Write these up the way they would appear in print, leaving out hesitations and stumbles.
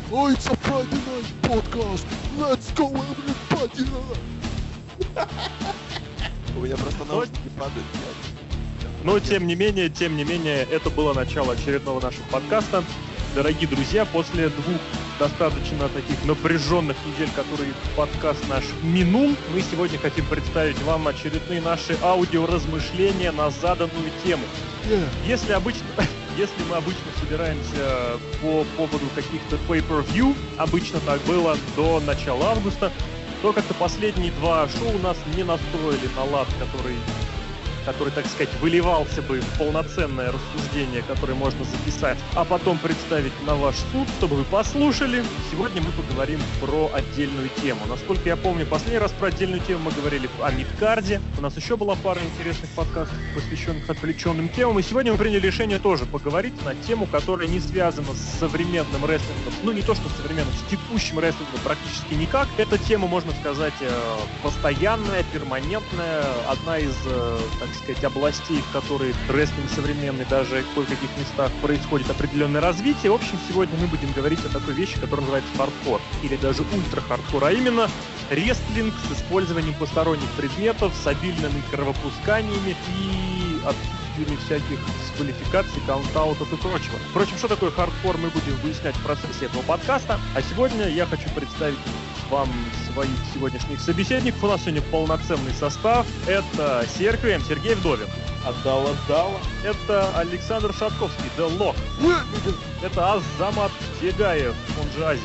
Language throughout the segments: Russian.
Oh, it's a Friday night podcast. Let's go, everybody. У меня просто наушники падают. Но тем не менее, это было начало очередного нашего подкаста. Дорогие друзья, после двух достаточно таких напряженных недель, которые подкаст наш минул, мы сегодня хотим представить вам очередные наши аудиоразмышления на заданную тему. Если мы обычно собираемся по поводу каких-то pay-per-view, обычно так было до начала августа, то как-то последние два шоу нас не настроили на лад, который, так сказать, выливался бы в полноценное рассуждение, которое можно записать, а потом представить на ваш суд, чтобы вы послушали. Сегодня мы поговорим про отдельную тему. Насколько я помню, последний раз про отдельную тему мы говорили о мидкарде. У нас еще была пара интересных подкастов, посвященных отвлеченным темам. И сегодня мы приняли решение тоже поговорить на тему, которая не связана с современным рестлингом. Ну, не то, что современным, с текущим рестлингом практически никак. Эта тема, можно сказать, постоянная, перманентная, одна из, так сказать, областей, в которой рестлинг современный даже в кое-каких местах происходит определенное развитие. В общем, сегодня мы будем говорить о такой вещи, которая называется хардкор, или даже ультра-хардкор, а именно рестлинг с использованием посторонних предметов, с обильными кровопусканиями и отсутствием всяких дисквалификаций, каунт-аутов и прочего. Впрочем, что такое хардкор, мы будем выяснять в процессе этого подкаста. А сегодня я хочу представить вам своих сегодняшних собеседников. У нас сегодня полноценный состав. Это Сергей Вдовин. Отдала. Это Александр Шатковский, The Lock. Это Азамат Тегаев, он же Ази.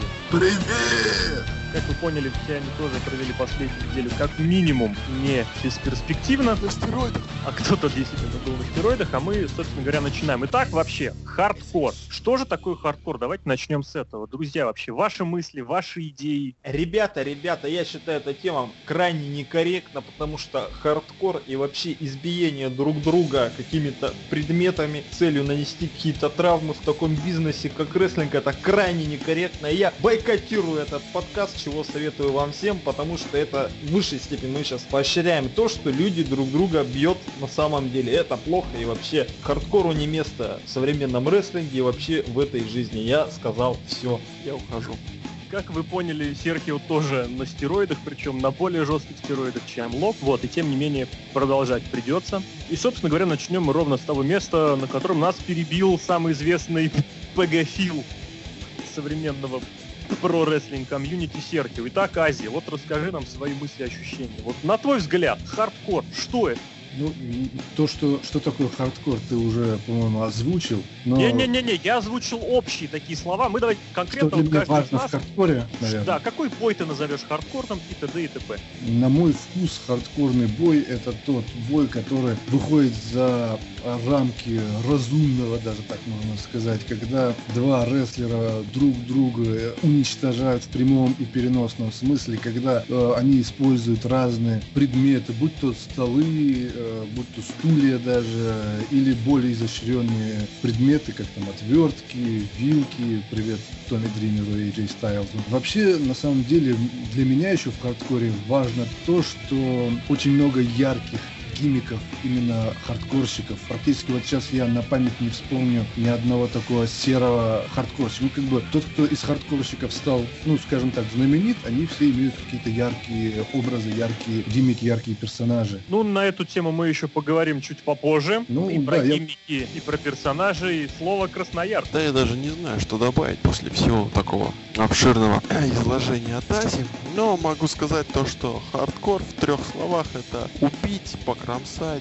Привет! Как вы поняли, все они тоже провели последнюю неделю как минимум не бесперспективно. На стероидах. А кто-то действительно был на стероидах, а мы, собственно говоря, начинаем. Итак, вообще, хардкор. Что же такое хардкор? Давайте начнем с этого. Друзья, вообще, ваши мысли, ваши идеи. Ребята, я считаю, эта тема крайне некорректна, потому что хардкор и вообще избиение друг друга какими-то предметами с целью нанести какие-то травмы в таком бизнесе, как рестлинг, это крайне некорректно. И я бойкотирую этот подкаст, чего советую вам всем, потому что это в высшей степени мы сейчас поощряем то, что люди друг друга бьют на самом деле. Это плохо, и вообще хардкору не место в современном рестлинге и вообще в этой жизни. Я сказал все, я ухожу. Как вы поняли, Серхио тоже на стероидах, причем на более жестких стероидах, чем Лок. Вот, и тем не менее продолжать придется. И, собственно говоря, начнем мы ровно с того места, на котором нас перебил самый известный пегофил современного про-рестлинг комьюнити Серхио. Итак, Азия, вот расскажи нам свои мысли и ощущения. Вот на твой взгляд, хардкор, что это? Ну, то, что такое хардкор, ты уже, по-моему, озвучил. Но... Не-не-не, я озвучил общие такие слова. Мы давайте конкретно... Что для меня важно в хардкоре, наверное. Да, какой бой ты назовешь хардкорным и т.д. и т.п. На мой вкус хардкорный бой — это тот бой, который выходит за рамки разумного, даже так можно сказать, когда два рестлера друг друга уничтожают в прямом и переносном смысле, когда они используют разные предметы, будь то столы, будь то стулья даже, или более изощренные предметы, как там отвертки, вилки, привет Томми Дримеру и Джей Стайлзу. Вообще, на самом деле, для меня еще в хардкоре важно то, что очень много ярких гиммиков именно хардкорщиков. Практически вот сейчас я на память не вспомню ни одного такого серого хардкорщика. Ну, как бы тот, кто из хардкорщиков стал, ну, скажем так, знаменит, они все имеют какие-то яркие образы, яркие гиммики, яркие персонажи. Ну, на эту тему мы еще поговорим чуть попозже. Ну, и да, про гиммики, и про персонажей, и слово Красноярск. Да я даже не знаю, что добавить после всего такого обширного изложения от Ази. Но могу сказать то, что хардкор в 3 словах — это убить, покромсать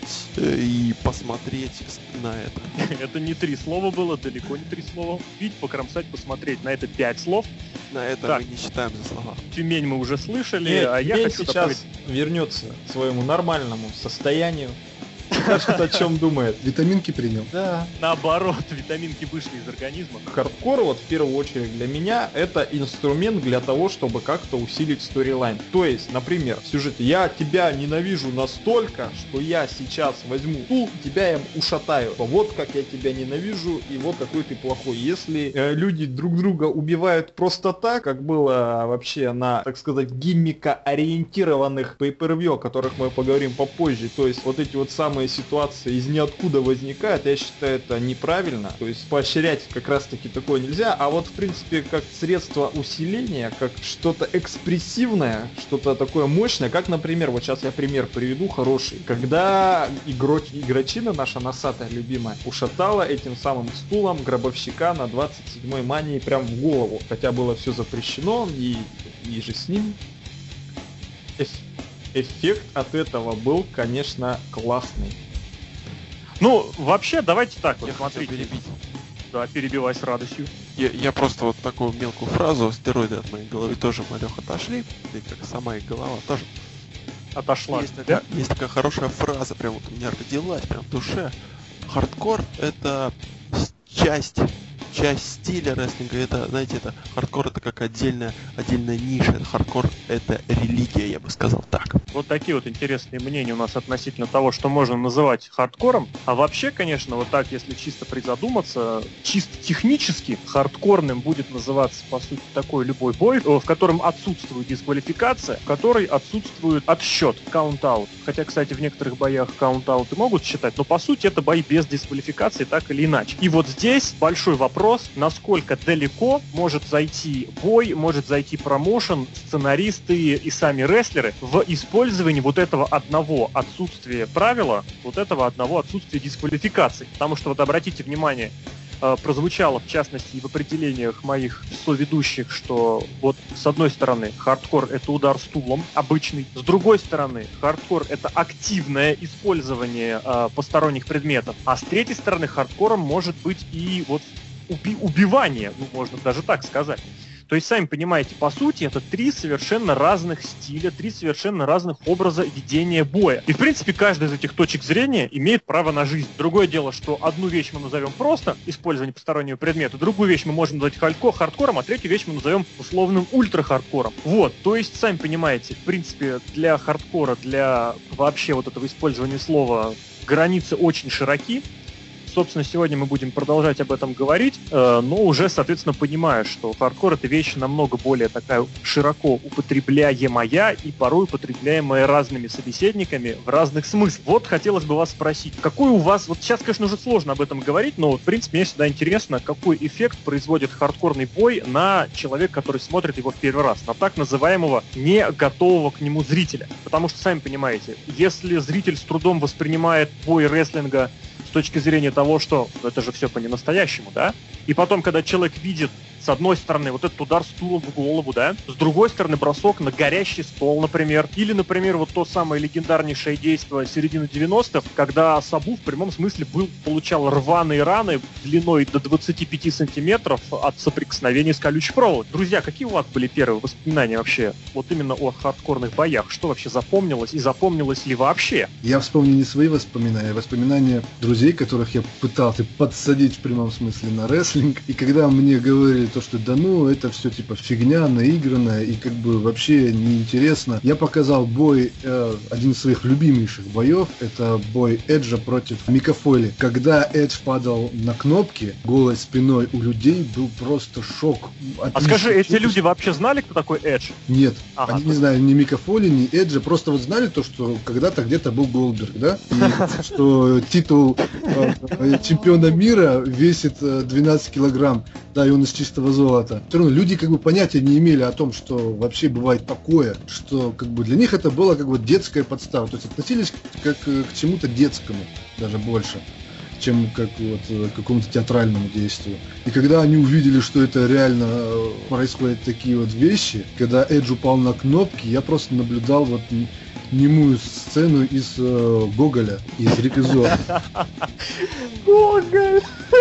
и посмотреть на это. Это не 3 слова было, далеко не 3 слова. Убить, покромсать, посмотреть. На это 5 слов. На это Так. мы не считаем за слова. Тюмень мы уже слышали, Нет, а я Тюмень хочу сейчас добавить... вернется к своему нормальному состоянию. Скажет, о чем думает. Витаминки принял. Да. Наоборот, витаминки вышли из организма. Хардкор, вот в первую очередь для меня, это инструмент для того, чтобы как-то усилить сторилайн. То есть, например, в сюжете я тебя ненавижу настолько, что я сейчас возьму стул, тебя им ушатаю. Вот как я тебя ненавижу и вот какой ты плохой. Если люди друг друга убивают просто так, как было вообще на, так сказать, гиммика-ориентированных pay-per-view, о которых мы поговорим попозже, то есть вот эти вот самые ситуация из ниоткуда возникает, я считаю, это неправильно. То есть поощрять как раз-таки такое нельзя. А вот, в принципе, как средство усиления, как что-то экспрессивное, что-то такое мощное, как, например, вот сейчас я пример приведу хороший. Когда игрочина наша носатая любимая ушатала этим самым стулом гробовщика на 27-й мании прям в голову. Хотя было все запрещено, и же с ним эффект от этого был, конечно, классный. Ну, вообще, давайте так вот, Я хотел смотрите. перебить. Да, перебивай с радостью. Я просто вот такую мелкую фразу, стероиды от моей головы тоже, Малёх, отошли, и как сама их голова тоже. Отошла. Есть такая хорошая фраза, прям вот у меня родилась, прям в душе. Хардкор — это часть стиля рестлинга. Это, знаете, это хардкор — это как отдельная ниша. Хардкор — это религия, я бы сказал так. Вот такие вот интересные мнения у нас относительно того, что можно называть хардкором. А вообще, конечно, вот так, если чисто призадуматься, чисто технически хардкорным будет называться, по сути, такой любой бой, в котором отсутствует дисквалификация, в которой отсутствует отсчет, каунт-аут. Хотя, кстати, в некоторых боях каунт-ауты могут считать, но по сути это бои без дисквалификации, так или иначе. И вот здесь большой вопрос, насколько далеко может зайти бой, может зайти промоушен, сценаристы и сами рестлеры в использовании вот этого одного отсутствия правила, вот этого одного отсутствия дисквалификации. Потому что вот обратите внимание, прозвучало в частности и в определениях моих соведущих, что вот с одной стороны хардкор — это удар стулом обычный, с другой стороны хардкор — это активное использование посторонних предметов, а с третьей стороны хардкором может быть и вот убивание, ну можно даже так сказать. То есть, сами понимаете, по сути, это три совершенно разных стиля, три совершенно разных образа ведения боя. И, в принципе, каждая из этих точек зрения имеет право на жизнь. Другое дело, что одну вещь мы назовем просто использование постороннего предмета, другую вещь мы можем назвать хардкором, а третью вещь мы назовем условным ультра-хардкором. Вот, то есть, сами понимаете, в принципе, для хардкора, для вообще вот этого использования слова границы очень широки. Собственно, сегодня мы будем продолжать об этом говорить, но уже, соответственно, понимая, что хардкор — это вещь намного более такая широко употребляемая и порой употребляемая разными собеседниками в разных смыслах. Вот хотелось бы вас спросить, какой у вас, вот сейчас, конечно, уже сложно об этом говорить, но, в принципе, мне всегда интересно, какой эффект производит хардкорный бой на человека, который смотрит его в первый раз, на так называемого не готового к нему зрителя. Потому что, сами понимаете, если зритель с трудом воспринимает бой рестлинга с точки зрения того, что это же все по-ненастоящему, да? И потом, когда человек видит, с одной стороны, вот этот удар стулом в голову, да? С другой стороны, бросок на горящий стол, например. Или, например, вот то самое легендарнейшее действие середины 90-х, когда Сабу в прямом смысле получал рваные раны длиной до 25 сантиметров от соприкосновения с колючей проволокой. Друзья, какие у вас были первые воспоминания вообще вот именно о хардкорных боях? Что вообще запомнилось и запомнилось ли вообще? Я вспомню не свои воспоминания, а воспоминания друзей, которых я пытался подсадить в прямом смысле на рестлинг. И когда мне говорили то, что да ну, это все типа фигня, наигранная и как бы вообще неинтересно, я показал бой, один из своих любимейших боев, это бой Эджа против Мика Фоли. Когда Эдж падал на кнопки голой спиной, у людей был просто шок. А скажи, эти люди вообще знали, кто такой Эдж? Нет, Ага. они не знали ни Мика Фоли, ни Эджа, просто вот знали то, что когда-то где-то был Голдберг, да? И что титул чемпиона мира весит 12 килограмм, да, и он из чистого золота. Все равно люди как бы понятия не имели о том, что вообще бывает такое, что как бы для них это было как бы детская подстава, то есть относились как к чему-то детскому, даже больше, чем как вот к какому-то театральному действию. И когда они увидели, что это реально происходят такие вот вещи, когда Эдж упал на кнопки, я просто наблюдал вот немую сцену из Гоголя, из Репизора. Гоголь!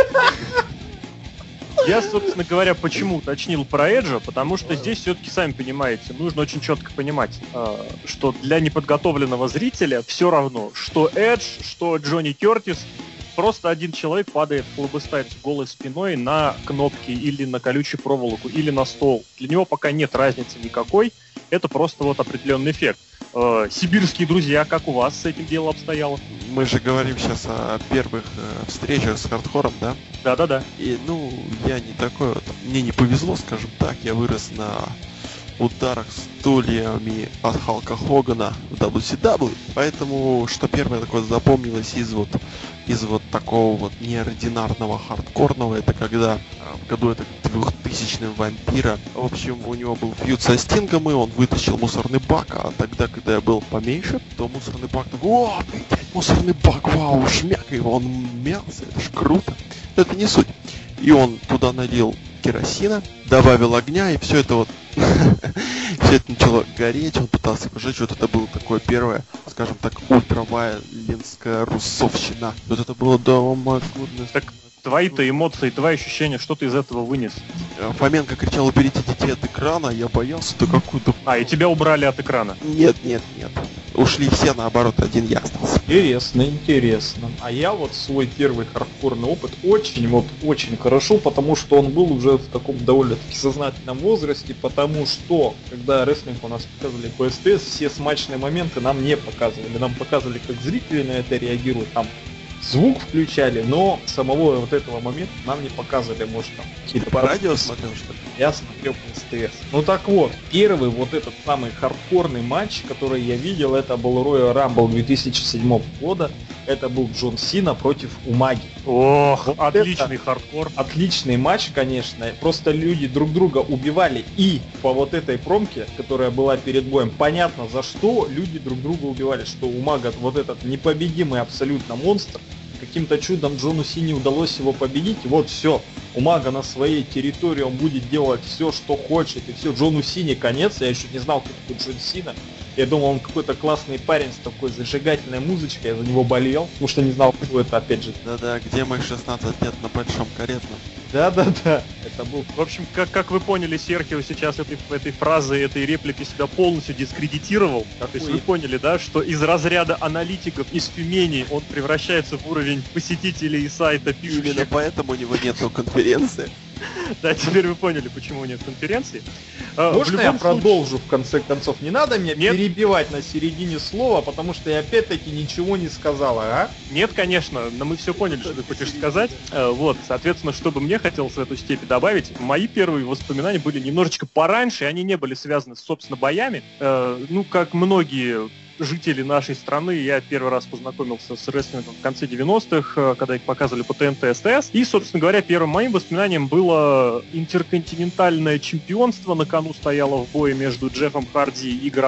Я, собственно говоря, почему уточнил про Эджа, потому что здесь все-таки, сами понимаете, нужно очень четко понимать, что для неподготовленного зрителя все равно, что Эдж, что Джонни Кертис, просто один человек падает, хлобыстается голой спиной на кнопки или на колючую проволоку, или на стол. Для него пока нет разницы никакой, это просто вот определенный эффект. Сибирские друзья, как у вас с этим делом обстояло? Мы же говорим сейчас о первых встречах с хардкором, да? Да-да-да. И, ну, я не такой вот, мне не повезло, скажем так, я вырос на ударах стульями от Халка Хогана в WCW. Поэтому, что первое такое запомнилось из вот такого вот неординарного хардкорного, это когда в году это 2000-м вампира, в общем, у него был фьюд со Стингом, и он вытащил мусорный бак, а тогда, когда я был поменьше, то мусорный бак такой: о, блядь, мусорный бак, вау, шмяк его, он мялся, это ж круто. Но это не суть. И он туда налил керосина, добавил огня, и все это вот все это начало гореть, он пытался пожечь. Вот это было такое первое, скажем так, ультравайлинская руссовщина. Вот это было дома. Так твои-то эмоции, твои ощущения, что ты из этого вынес? Фоменко кричал: уберите детей от экрана, я боялся, то какую-то... И тебя убрали от экрана? Нет. Ушли все, наоборот, один я остался. Интересно. А я вот свой первый хардкорный опыт очень хорошо, потому что он был уже в таком довольно-таки сознательном возрасте, потому что, когда рестлинг у нас показывали по СТС, все смачные моменты нам не показывали. Нам показывали, как зрители на это реагируют, там звук включали, но самого вот этого момента нам не показывали, может, там какие-то... По радио смотрел, что ли? Я смотрел по СТС. Ну так вот, первый вот этот самый хардкорный матч, который я видел, это был Royal Rumble 2007 года. Это был Джон Сина против Умаги. Ох, вот отличный хардкор. Отличный матч, конечно. Просто люди друг друга убивали. И по вот этой промке, которая была перед боем, понятно, за что люди друг друга убивали. Что Умага вот этот непобедимый абсолютно монстр. Каким-то чудом Джону Сине удалось его победить. И вот все. Умага на своей территории, он будет делать все, что хочет. И все, Джону Сине конец. Я еще не знал, кто такой Джон Сина. Я думал, он какой-то классный парень с такой зажигательной музычкой, я за него болел, потому что не знал, кто это, опять же. Да-да, где мы 16 лет на большом каретном? Да-да-да, это был... В общем, как вы поняли, Серхио сейчас этой фразы, этой реплики себя полностью дискредитировал. То есть вы поняли, да, что из разряда аналитиков из Тюмени он превращается в уровень посетителей сайта пишущих. Именно поэтому у него нету конференции. Да, теперь вы поняли, почему нет конференции. Можно я продолжу в конце концов? Не надо меня перебивать на середине слова, потому что я опять-таки ничего не сказала, а? Нет, конечно, но мы все поняли, что ты хочешь сказать. Вот, соответственно, что бы мне хотелось в эту степь добавить, мои первые воспоминания были немножечко пораньше, и они не были связаны с, собственно, боями. Ну, как многие жители нашей страны, я первый раз познакомился с рестлингом в конце 90-х, когда их показывали по ТНТ, СТС. И, собственно говоря, первым моим воспоминанием было интерконтинентальное чемпионство. На кону стояло в бое между Джеффом Харди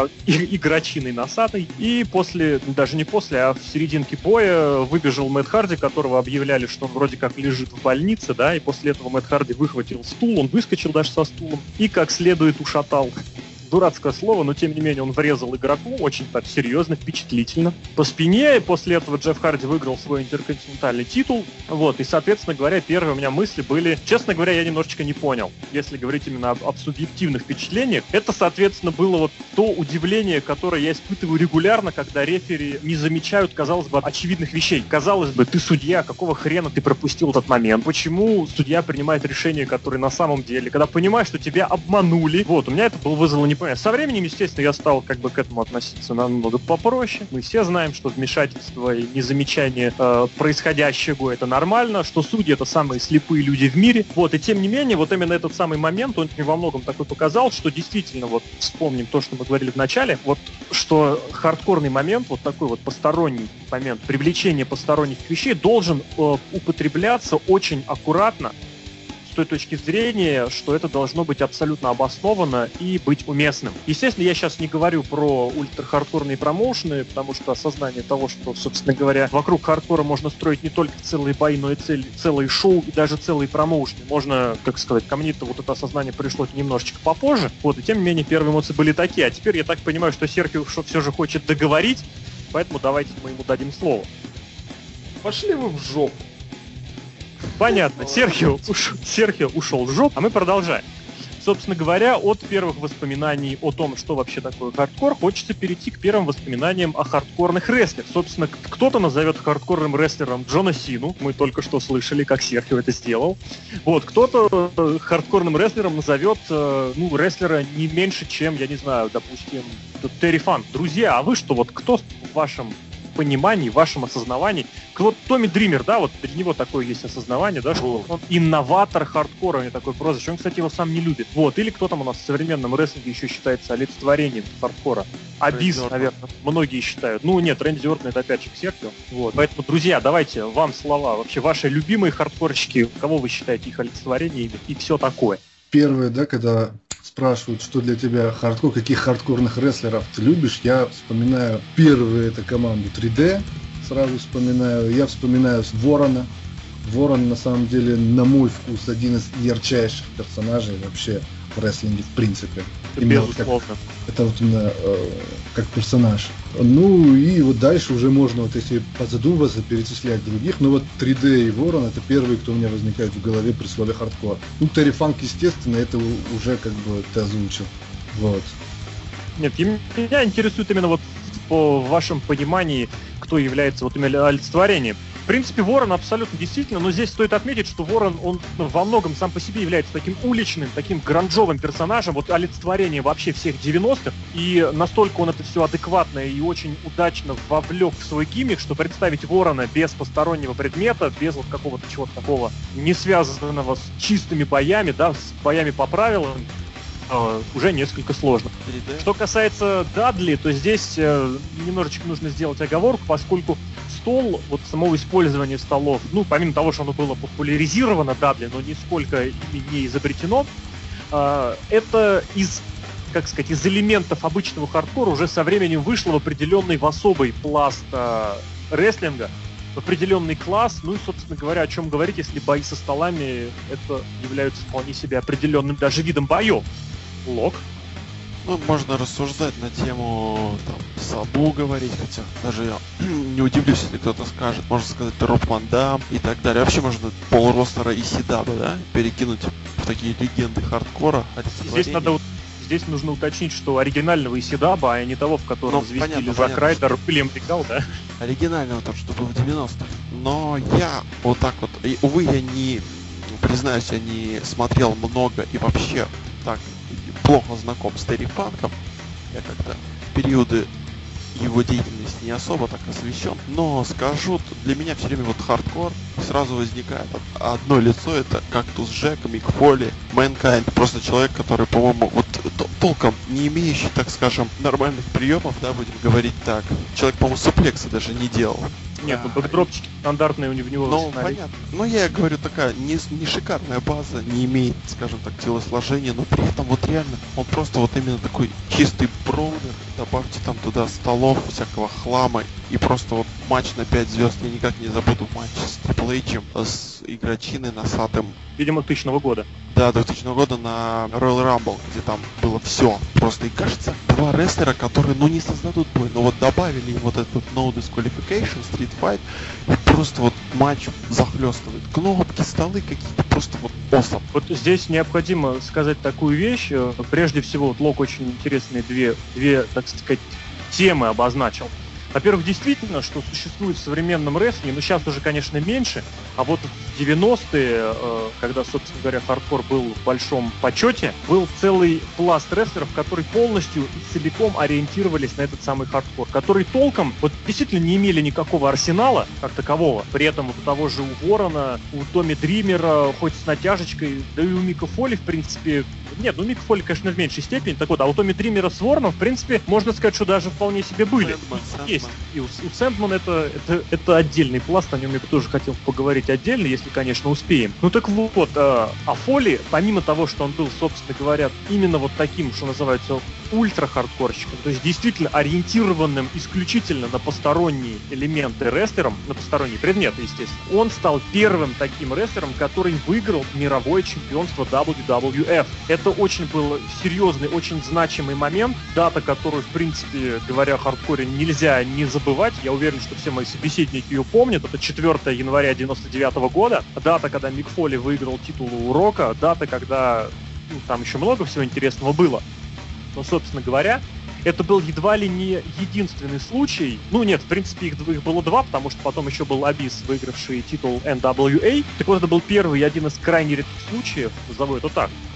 и Грачиной Носатой. И после, даже не после, а в серединке боя выбежал Мэтт Харди, которого объявляли, что он вроде как лежит в больнице, да, и после этого Мэтт Харди выхватил стул, он выскочил даже со стулом и как следует ушатал. Дурацкое слово, но тем не менее он врезал игроку очень так серьезно, впечатлительно по спине, и после этого Джефф Харди выиграл свой интерконтинентальный титул. Вот, и, соответственно говоря, первые у меня мысли были, честно говоря, я немножечко не понял, если говорить именно об субъективных впечатлениях. Это, соответственно, было вот то удивление, которое я испытываю регулярно, когда рефери не замечают, казалось бы, очевидных вещей. Казалось бы, ты судья, какого хрена ты пропустил этот момент? Почему судья принимает решение, которое на самом деле, когда понимаешь, что тебя обманули? Вот, у меня это вызвало непонятно. Со временем, естественно, я стал как бы к этому относиться намного попроще. Мы все знаем, что вмешательство и незамечание происходящего — это нормально, что судьи — это самые слепые люди в мире. Вот, и тем не менее, вот именно этот самый момент, он мне во многом такой показал, что действительно, вот вспомним то, что мы говорили в начале, вот что хардкорный момент, вот такой вот посторонний момент, привлечение посторонних вещей должен употребляться очень аккуратно, с той точки зрения, что это должно быть абсолютно обоснованно и быть уместным. Естественно, я сейчас не говорю про ультрахардкорные промоушены, потому что осознание того, что, собственно говоря, вокруг хардкора можно строить не только целые бои, но и целые шоу и даже целые промоушены. Можно, как сказать, ко мне-то вот это осознание пришло немножечко попозже. Вот, и тем не менее, первые эмоции были такие. А теперь я так понимаю, что Серхио все же хочет договорить, поэтому давайте мы ему дадим слово. Пошли вы в жопу. Понятно, Серхио ушел в жопу, а мы продолжаем. Собственно говоря, от первых воспоминаний о том, что вообще такое хардкор, хочется перейти к первым воспоминаниям о хардкорных рестлерах. Собственно, кто-то назовет хардкорным рестлером Джона Сину, мы только что слышали, как Серхио это сделал. Вот, кто-то хардкорным рестлером назовет, рестлера не меньше, чем, я не знаю, допустим, Терри Фанк. Друзья, а вы что, вот кто в вашем понимании, в вашем осознавании. Вот Томми Дример, да, вот для него такое есть осознавание, да, что он инноватор хардкора, у него такое прозвище. Он, кстати, его сам не любит. Вот. Или кто там у нас в современном рестлинге еще считается олицетворением хардкора? Абис, наверное, многие считают. Ну, нет, Рэнди Ортон это опять же к Серхио. Вот. Поэтому, друзья, давайте вам слова. Вообще, ваши любимые хардкорщики, кого вы считаете их олицетворениями и все такое? Первое, да, когда спрашивают, что для тебя хардкор, каких хардкорных рестлеров ты любишь, я вспоминаю первую это команду 3D, сразу вспоминаю, я вспоминаю Ворона. Ворон, на самом деле, на мой вкус, один из ярчайших персонажей вообще в рестлинге в принципе. Безусловно. Это вот именно как персонаж. Ну и вот дальше уже можно, вот если позадуматься, перечислять других. Но вот 3D и Ворон это первые, кто у меня возникает в голове при слове хардкор. Ну, Терри Фанк, естественно, это уже как бы ты озвучил. Вот. Нет, меня интересует именно вот по вашем понимании, кто является вот именно олицетворением. В принципе, Ворон абсолютно действительно, но здесь стоит отметить, что Ворон, он во многом сам по себе является таким уличным, таким гранжовым персонажем, вот олицетворение вообще всех 90-х, и настолько он это все адекватно и очень удачно вовлек в свой гиммик, что представить Ворона без постороннего предмета, без вот какого-то чего-то такого не связанного с чистыми боями, да, с боями по правилам, уже несколько сложно. 3D. Что касается Дадли, то здесь немножечко нужно сделать оговорку, поскольку стол, вот самого использования столов, ну, помимо того, что оно было популяризировано Дадли, но нисколько ими не изобретено, это из, как сказать, из элементов обычного хардкора уже со временем вышло в определенный, в особый пласт рестлинга, в определенный класс, ну и, собственно говоря, о чем говорить, если бои со столами это являются вполне себе определенным даже видом боев. Лок. Ну, можно рассуждать на тему там, Сабу говорить, хотя даже я не удивлюсь, если кто-то скажет, можно сказать, Роб Ван Дам и так далее. Вообще можно пол-ростера Исидаба, да, перекинуть в такие легенды хардкора. Здесь нужно уточнить, что оригинального Исидаба, а не того, в котором звездили Зак Райдер, Уильям Ригал, да? Оригинального, там, что был в 90-х. Но я вот так вот, и, увы, я не, признаюсь, я не смотрел много и вообще так плохо знаком с Терри Фанком. Я как-то в периоды его деятельности не особо так освещен. Но скажу, для меня все время вот хардкор сразу возникает одно лицо, это Кактус Джек, Мик Фоли, Мэнкайнд. Просто человек, который, по-моему, вот толком не имеющий, так скажем, нормальных приемов, да, будем говорить так. Человек, по-моему, суплекса даже не делал. Нет, ну бэкдропчики стандартные у него. Ну, понятно. Ну, я говорю, такая не шикарная база, не имеет, скажем так, телосложения, но при этом вот реально он просто вот именно такой чистый броулер. Добавьте там туда столов, всякого хлама, и просто вот матч на 5 звезд. Я никак не забуду матч с Трипл Эйчем, с игрочиной носатым. Видимо, 2000 года. Да, 2000 года на Royal Rumble, где там было все. Просто, и кажется, два рестлера, которые, ну, не создадут бой, но вот добавили им вот этот No Disqualification, Street Fight, и просто вот матч захлестывает. Кнопки, столы какие-то, просто вот awesome. Вот здесь необходимо сказать такую вещь. Прежде всего, вот Лок очень интересные две, так сказать, темы обозначил. Во-первых, действительно, что существует в современном рестлинге, но сейчас уже, конечно, меньше, а вот в 90-е, когда, собственно говоря, хардкор был в большом почете, был целый пласт рестлеров, которые полностью и целиком ориентировались на этот самый хардкор, которые толком, вот действительно не имели никакого арсенала как такового. При этом вот у того же у Ворона, у Томми Дримера, хоть с натяжечкой, да и у Мика Фоли, в принципе, нет, ну Мик Фоли, конечно, в меньшей степени, так вот, а у Томми Дримера с Вороном, в принципе, можно сказать, что даже вполне себе были. Есть. И у Сэндмана это отдельный пласт, о нем я бы тоже хотел поговорить отдельно, если, конечно, успеем. Ну так вот, а Фоли, помимо того, что он был, собственно говоря, именно вот таким, что называется, ультра-хардкорщиком, то есть действительно ориентированным исключительно на посторонние элементы рестлером, на посторонние предметы, естественно, он стал первым таким рестлером, который выиграл мировое чемпионство WWF. Это очень был серьезный, очень значимый момент, дата, которую, в принципе, говоря о хардкоре, нельзя не забывать. Я уверен, что все мои собеседники ее помнят. Это 4 января 99 года, дата, когда Мик Фоли выиграл титул у Рока, дата, когда там еще много всего интересного было. Но, собственно говоря, это был едва ли не единственный случай. Ну нет, в принципе, их было два, потому что потом еще был Абис, выигравший титул NWA. Так вот, это был первый и один из крайне редких случаев, назову это так,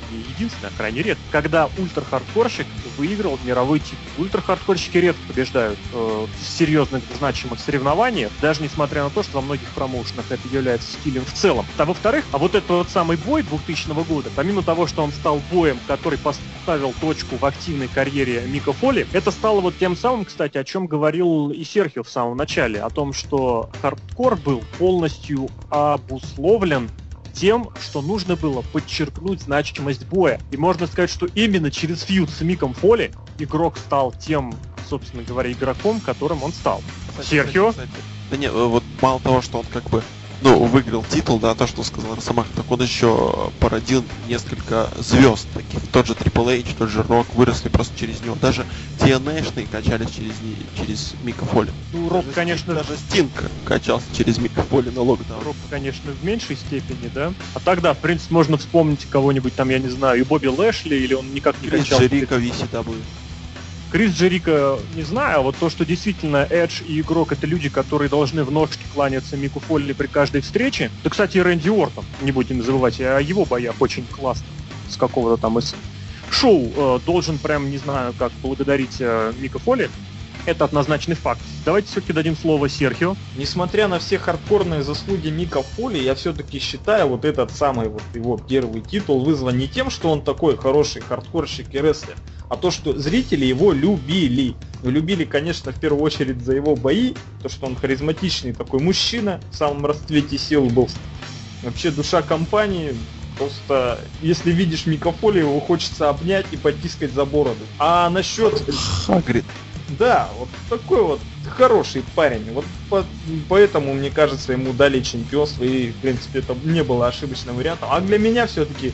не единственное, а крайне редко, когда ультра-хардкорщик выиграл мировой титул. Ультра-хардкорщики редко побеждают в серьезных значимых соревнованиях, даже несмотря на то, что во многих промоушенах это является стилем в целом. А во-вторых, вот этот вот самый бой 2000 года, помимо того, что он стал боем, который поставил точку в активной карьере Мика Фоли, это стало вот тем самым, кстати, о чем говорил и Серхио в самом начале, о том, что хардкор был полностью обусловлен тем, что нужно было подчеркнуть значимость боя. И можно сказать, что именно через фьюд с Миком Фоли игрок стал тем, собственно говоря, игроком, которым он стал. Серхио? Да нет, вот мало того, что он как бы выиграл титул, да, то, что сказал Росомаха, так он еще породил несколько звезд таких. Тот же Triple H, тот же Рок выросли просто через него. Даже TNA-шные качались через Мика Фоли. Ну, Рок, конечно... Даже Стинг качался через Мика Фоли на локдаун. Рок, конечно, в меньшей степени, да? А тогда, в принципе, можно вспомнить кого-нибудь там, я не знаю, и Бобби Лэшли, или он никак не качался. Крис Джерико, VCW. Крис Джерико, не знаю, а вот то, что действительно Эдж и игрок — это люди, которые должны в ножки кланяться Мику Фолли при каждой встрече. Да, кстати, и Рэнди Ортон, не будем забывать, о его боях очень классно с какого-то там из шоу. Должен прям, не знаю, как благодарить Мика Фолли. Это однозначный факт. Давайте все-таки дадим слово Серхио. Несмотря на все хардкорные заслуги Мика Фоли, я все-таки считаю вот этот самый вот его первый титул вызван не тем, что он такой хороший хардкорщик и рестлер, а то, что зрители его любили. Ну, любили, конечно, в первую очередь за его бои, то, что он харизматичный такой мужчина, в самом расцвете сил был. Вообще душа компании. Просто, если видишь Мика Фоли, его хочется обнять и потискать за бороду. А насчет... Хагрид. Да, вот такой вот хороший парень. Вот поэтому, мне кажется, ему дали чемпионство, и, в принципе, это не было ошибочным вариантом. А для меня все-таки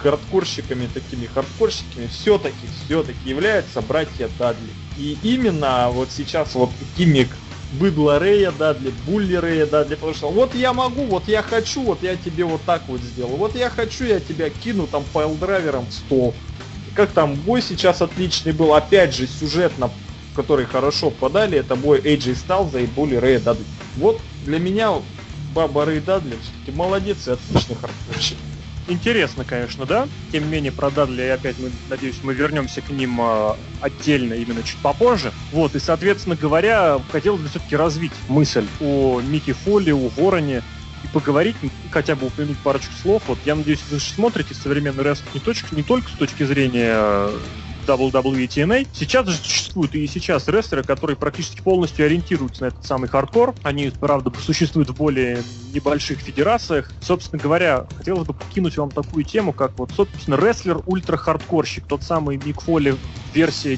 такими хардкорщиками все-таки являются братья Дадли. И именно вот сейчас вот гиммик быдла Рэя Дадли, Булли Рэя Дадли, потому что вот я могу, вот я хочу, вот я тебе вот так вот сделаю, вот я хочу, я тебя кину там пайл-драйвером в стол. Как там бой сейчас отличный был, опять же, сюжетно, который хорошо подали, это бой AJ Styles и Булли Рэя Дадли. Вот для меня Баба Рэй Дадли все-таки молодец и отличный хардкорщик. Интересно, конечно, да? Тем не менее, про Дадли, опять, надеюсь, мы вернемся к ним отдельно, именно чуть попозже. Вот, и, соответственно говоря, хотелось бы все-таки развить мысль о Мике Фолли, о Вороне, и поговорить, хотя бы упомянуть парочку слов. Вот, я надеюсь, вы же смотрите современный рестлинг не только с точки зрения WWE TNA. Сейчас же существуют и сейчас рестлеры, которые практически полностью ориентируются на этот самый хардкор. Они, правда, существуют в более небольших федерациях. Собственно говоря, хотелось бы покинуть вам такую тему, как вот, собственно, рестлер-ультра-хардкорщик. Тот самый Мик Фолли версии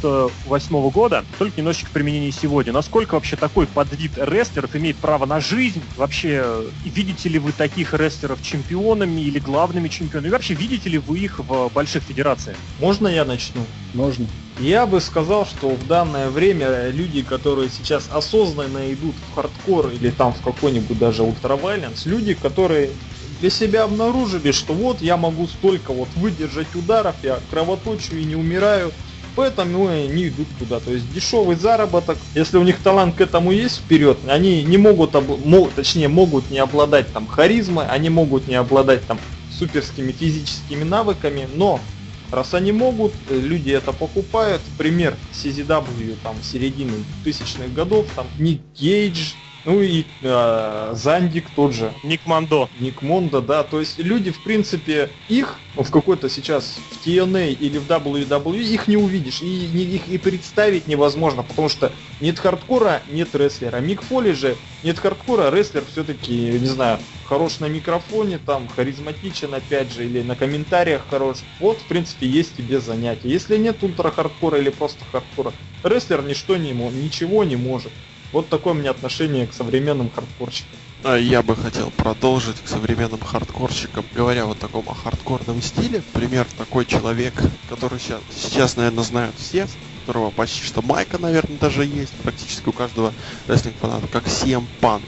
98 года, только немножечко в применении сегодня. Насколько вообще такой подвид рестлеров имеет право на жизнь? Вообще, видите ли вы таких рестлеров чемпионами или главными чемпионами? И вообще, видите ли вы их в больших федерациях? Можно я начну? Можно. Я бы сказал, что в данное время люди, которые сейчас осознанно идут в хардкор или там в какой-нибудь даже ультравайленс, люди, которые для себя обнаружили, что вот я могу столько вот выдержать ударов, я кровоточу и не умираю, поэтому они идут туда. То есть дешевый заработок, если у них талант к этому есть вперед, они не могут, могут не обладать там харизмой, они могут не обладать там суперскими физическими навыками, но раз они могут, люди это покупают. Пример CZW там середины 2000-х годов, там Ник Кейдж, ну и Зандик тот же. Ник Мондо, да. То есть люди, в принципе, их в какой-то сейчас в TNA или в WWE их не увидишь. И их и представить невозможно, потому что нет хардкора, нет рестлера. Мик Фоли же, нет хардкора, рестлер все-таки, не знаю, хорош на микрофоне, там, харизматичен опять же, или на комментариях хорош. Вот, в принципе, есть тебе занятие. Если нет ультра-хардкора или просто хардкора, рестлер ничего не может. Вот такое у меня отношение к современным хардкорщикам. Я бы хотел продолжить к современным хардкорщикам, говоря вот таком о хардкорном стиле. Например, такой человек, который сейчас, наверное, знают все, у которого почти что майка, наверное, даже есть, практически у каждого рестлинг-фаната, как CM Punk.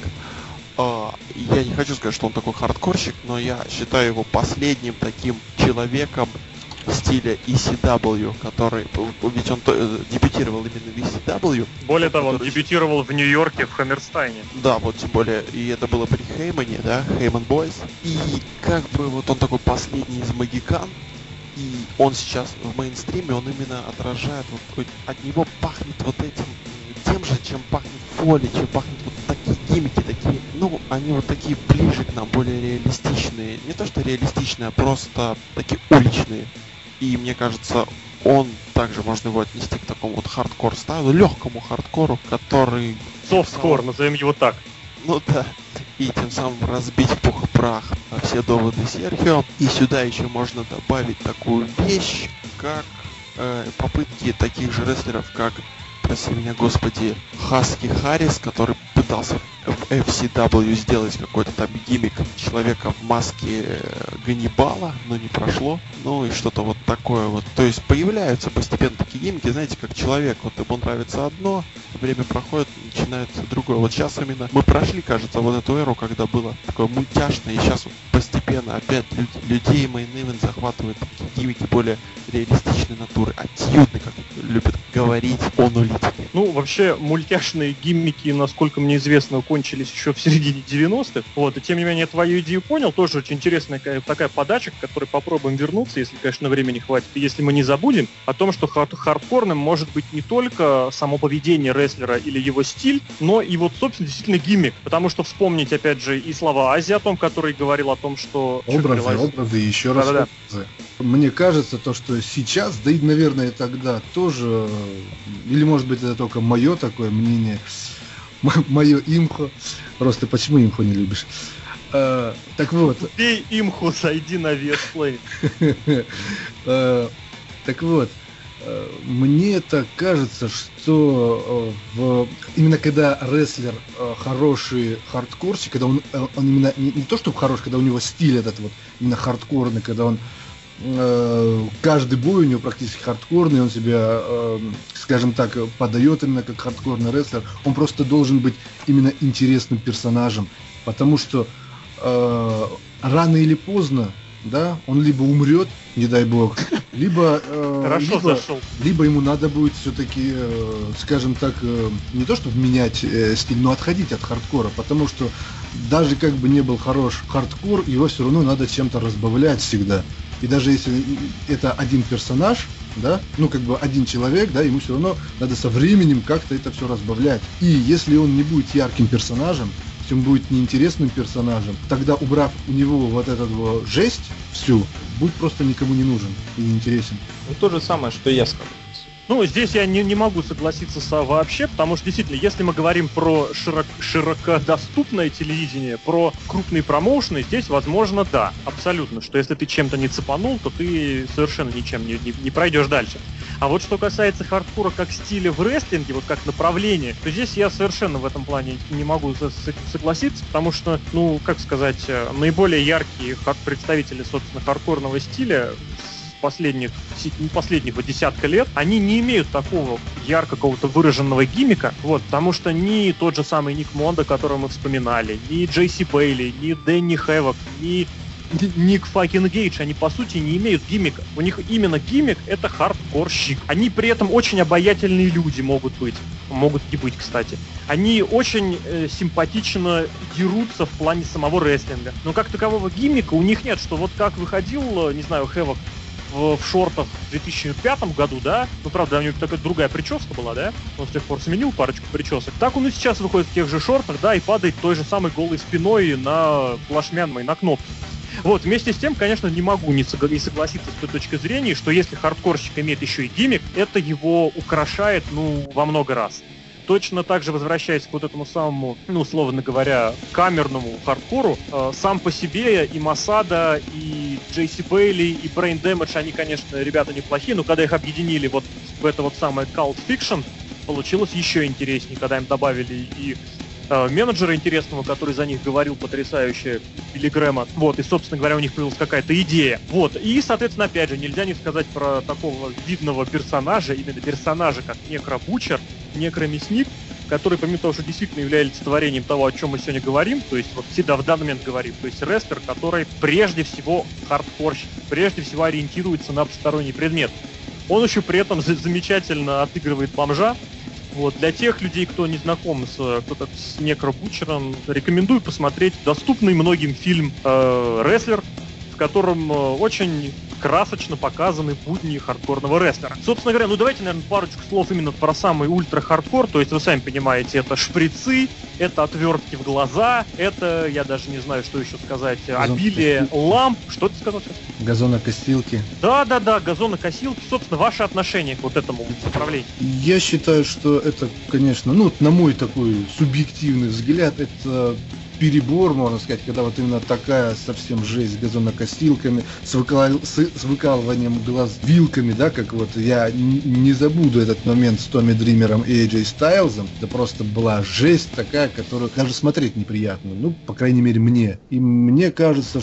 Я не хочу сказать, что он такой хардкорщик, но я считаю его последним таким человеком стиля ECW, который, ведь он дебютировал именно в ECW. Более того, он дебютировал в Нью-Йорке в Хаммерстайне. Да, вот тем более, и это было при Хеймане, да, Хейман Бойс. И как бы вот он такой последний из магикан, И он сейчас в мейнстриме, он именно отражает, вот, от него пахнет вот этим, тем же, чем пахнет Фоли, чем пахнет вот такие гиммики, такие, ну, они вот такие ближе к нам, более реалистичные. Не то, что реалистичные, а просто такие уличные. И мне кажется, он также можно его отнести к такому вот хардкор стайлу, легкому хардкору, который... Софткор, назовем его так. Ну да. И тем самым разбить в пух и прах все доводы Серхио. И сюда еще можно добавить такую вещь, как попытки таких же рестлеров, как, прости меня господи, Хаски Харрис, который пытался в FCW сделать какой-то там гиммик человека в маске Ганнибала, но не прошло. Ну и что-то вот такое вот. То есть появляются постепенно такие гиммики, знаете, как человек, вот ему нравится одно, время проходит, начинается другое. Вот сейчас именно мы прошли, кажется, вот эту эру, когда было такое мультяшное, и сейчас вот постепенно опять людей мейн-ивент захватывают такие гиммики более реалистичной натуры, аттитюдные, как любят говорить о нулитике. Ну, вообще, мультяшные гиммики, насколько мне известно, кончились еще в середине 90-х. Вот, и тем не менее, твою идею понял. Тоже очень интересная такая подача, к которой попробуем вернуться, если, конечно, времени хватит. И если мы не забудем о том, что хардкорным может быть не только само поведение рестлера или его стиль, но и вот, собственно, действительно гиммик. Потому что вспомнить, опять же, и слова Ази о том, который говорил о том, что... Образы, еще раз образы. Мне кажется, то, что сейчас, да и, наверное, тогда тоже, или, может быть, это только мое такое мнение, мое имхо. Просто почему имхо не любишь? Так вот. Бей имху, зайди на Вестплей. Так вот, мне так кажется, что именно когда рестлер хороший хардкорщик, когда он именно не то, чтобы хороший, когда у него стиль этот вот именно хардкорный, когда он каждый бой у него практически хардкорный, он себя, скажем так, подает именно как хардкорный рестлер, он просто должен быть именно интересным персонажем, потому что рано или поздно, да, он либо умрет, не дай бог, либо ему надо будет все-таки, скажем так, не то чтобы менять стиль, но отходить от хардкора, потому что даже как бы не был хорош хардкор, его все равно надо чем-то разбавлять всегда. И даже если это один персонаж, да, ну как бы один человек, да, ему все равно надо со временем как-то это все разбавлять. И если он не будет ярким персонажем, если он будет неинтересным персонажем, тогда убрав у него вот эту вот жесть всю, будет просто никому не нужен и неинтересен. Ну то же самое, что я сказал. Ну, здесь я не могу согласиться вообще, потому что, действительно, если мы говорим про широкодоступное телевидение, про крупные промоушены, здесь, возможно, да, абсолютно, что если ты чем-то не цепанул, то ты совершенно ничем не пройдешь дальше. А вот что касается хардкора как стиля в рестлинге, вот как направления, то здесь я совершенно в этом плане не могу с этим согласиться, потому что, ну, как сказать, наиболее яркие представители, собственно, хардкорного стиля последних вот десятка лет, они не имеют такого ярко какого-то выраженного гиммика, вот, потому что ни тот же самый Ник Мондо, которого мы вспоминали, ни Джейси Бейли, ни Дэнни Хэвок, ни Ник факин Гейдж, они по сути не имеют гиммика. У них именно гиммик — это хардкорщик. Они при этом очень обаятельные люди могут быть. Могут не быть, кстати. Они очень симпатично дерутся в плане самого рестлинга. Но как такового гиммика у них нет, что вот как выходил, не знаю, Хэвок в шортах в 2005 году, да, ну, правда, у него такая другая прическа была, да, он с тех пор сменил парочку причесок. Так он и сейчас выходит в тех же шортах, да, и падает той же самой голой спиной на плашмянной, на кнопки. Вот, вместе с тем, конечно, не могу не согласиться с той точки зрения, что если хардкорщик имеет еще и гиммик, это его украшает, ну, во много раз. Точно так же, возвращаясь к вот этому самому, ну, условно говоря, камерному хардкору, сам по себе и Масада, и Джейси Бейли, и Brain Damage, они, конечно, ребята неплохие, но когда их объединили вот в это вот самое Cult Fiction, получилось еще интереснее, когда им добавили и менеджера интересного, который за них говорил потрясающе, Билли Грэма. Вот, и, собственно говоря, у них появилась какая-то идея. Вот, и, соответственно, опять же, нельзя не сказать про такого видного персонажа, именно персонажа, как Некробучер, Некромясник, который, помимо того, что действительно является олицетворением того, о чем мы сегодня говорим, то есть вот всегда в данный момент говорим, то есть рестлер, который прежде всего хардкорщик, прежде всего ориентируется на посторонний предмет. Он еще при этом замечательно отыгрывает бомжа. Вот, для тех людей, кто не знаком с Некробучером, рекомендую посмотреть доступный многим фильм «Рестлер», котором очень красочно показаны будни хардкорного рестлера. Собственно говоря, ну давайте, наверное, парочку слов именно про самый ультра-хардкор. То есть вы сами понимаете, это шприцы, это отвертки в глаза, это, я даже не знаю, что еще сказать, обилие ламп. Что ты сказал сейчас? Газонокосилки. Да, газонокосилки. Собственно, ваше отношение к вот этому направлению. Я считаю, что это, конечно, ну, на мой такой субъективный взгляд, это перебор, можно сказать, когда вот именно такая совсем жесть с газонокосилками, с выкалыванием глаз вилками, да, как вот я не забуду этот момент с Томми Дримером и AJ Стайлзом. Это просто была жесть такая, которую даже смотреть неприятно, ну, по крайней мере, мне. И мне кажется,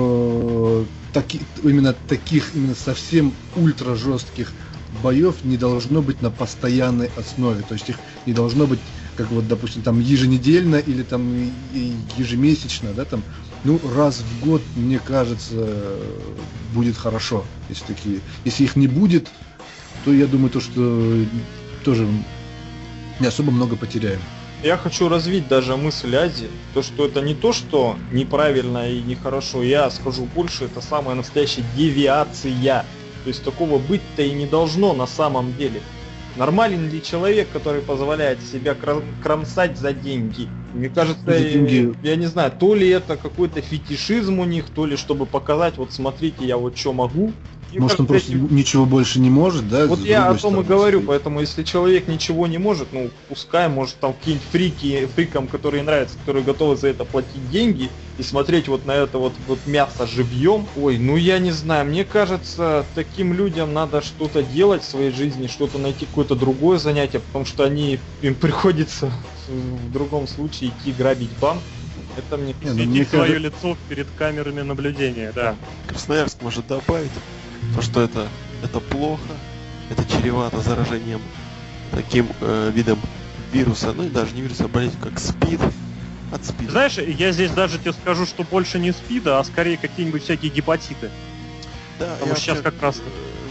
что именно совсем ультра жестких боев не должно быть на постоянной основе, то есть их не должно быть как вот, допустим, там еженедельно или там ежемесячно, да, там, ну, раз в год, мне кажется, будет хорошо, если их не будет, то я думаю, что тоже не особо много потеряем. Я хочу развить даже мысль Ази, то что это не то, что неправильно и нехорошо, я скажу больше, это самая настоящая девиация, то есть такого быть-то и не должно на самом деле. Нормален ли человек, который позволяет себя кромсать за деньги? Мне кажется, я не знаю, то ли это какой-то фетишизм у них, то ли чтобы показать, вот смотрите, я вот что могу. И может, он просто ничего больше не может, да? Вот я о том и говорю, поэтому если человек ничего не может, ну, пускай, может, там какие-нибудь фрикам, которые нравятся, которые готовы за это платить деньги и смотреть вот на это вот мясо живьем. Ой, ну я не знаю, мне кажется, таким людям надо что-то делать в своей жизни, что-то найти, какое-то другое занятие, потому что им приходится в другом случае идти грабить банк. Это мне светить свое лицо перед камерами наблюдения, да. Красноярск может добавить то, что это плохо, это чревато заражением таким видом вируса, ну и даже не вируса, а болезнь, как СПИД, от СПИДа. Знаешь, я здесь даже тебе скажу, что больше не СПИДа, а скорее какие-нибудь всякие гепатиты. Да, потому что сейчас как раз...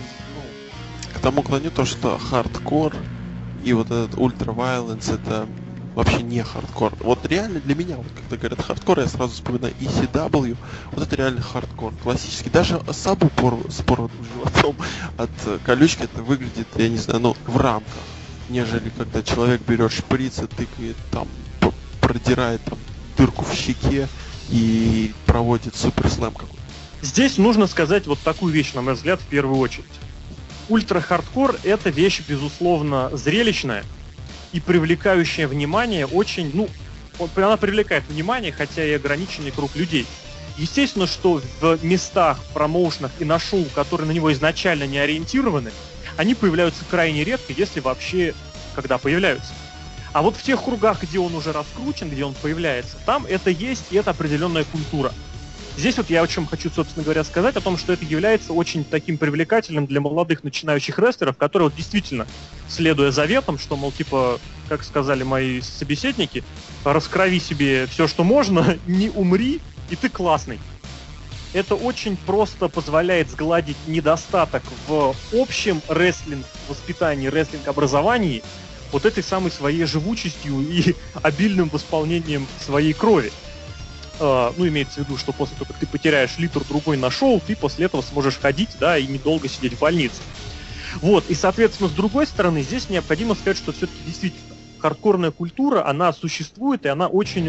к тому клоню то, что хардкор и вот этот ультра-вайленс, это вообще не хардкор. Вот реально для меня, вот когда говорят хардкор, я сразу вспоминаю ECW, вот это реально хардкор, классический. Даже Сабу с порванным животом от колючки это выглядит, я не знаю, ну, в рамках, нежели когда человек берет шприц и тыкает там, продирает там дырку в щеке и проводит суперслэм какой-то. Здесь нужно сказать вот такую вещь, на мой взгляд, в первую очередь. Ультра-хардкор — это вещь, безусловно, зрелищная и привлекающая внимание очень, ну, она привлекает внимание, хотя и ограниченный круг людей. Естественно, что в местах промоушенах и на шоу, которые на него изначально не ориентированы, они появляются крайне редко, если вообще когда появляются. А вот в тех кругах, где он уже раскручен, где он появляется, там это есть, и это определенная культура. Здесь вот я о чем хочу, собственно говоря, сказать, о том, что это является очень таким привлекательным для молодых начинающих рестлеров, которые вот действительно, следуя заветам, что, мол, типа, как сказали мои собеседники, раскрови себе все, что можно, не умри, и ты классный. Это очень просто позволяет сгладить недостаток в общем рестлинг-воспитании, рестлинг-образовании, вот этой самой своей живучестью и обильным восполнением своей крови. Ну, имеется в виду, что после того, как ты потеряешь литр другой на шоу, ты после этого сможешь ходить, да, и недолго сидеть в больнице. Вот, и, соответственно, с другой стороны, здесь необходимо сказать, что все-таки действительно хардкорная культура, она существует, и она очень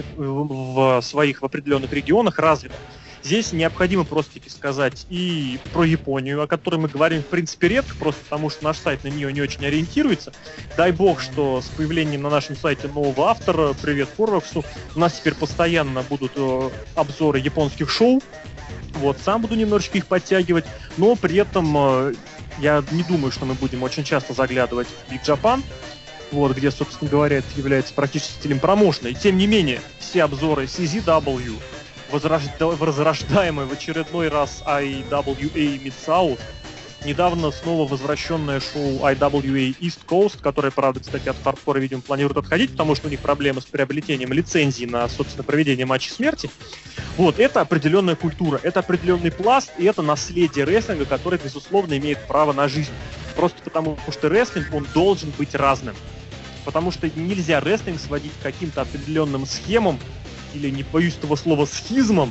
в своих, в определенных регионах развита. Здесь необходимо просто-таки сказать и про Японию, о которой мы говорим, в принципе, редко, просто потому что наш сайт на нее не очень ориентируется. Дай бог, что с появлением на нашем сайте нового автора, привет Форваксу, у нас теперь постоянно будут обзоры японских шоу. Вот, сам буду немножечко их подтягивать, но при этом я не думаю, что мы будем очень часто заглядывать в Big Japan, вот, где, собственно говоря, это является практически стилем промоушена. И тем не менее, все обзоры CZW, возрождаемый в очередной раз IWA Mid-South, недавно снова возвращенное шоу IWA East Coast, которое, правда, кстати, от хардкора, видимо, планирует отходить, потому что у них проблемы с приобретением лицензии на, собственно, проведение матчей смерти. Вот, это определенная культура, это определенный пласт, и это наследие рестлинга, которое, безусловно, имеет право на жизнь. Просто потому, что рестлинг, он должен быть разным. Потому что нельзя рестлинг сводить к каким-то определенным схемам, или, не боюсь этого слова, схизмам,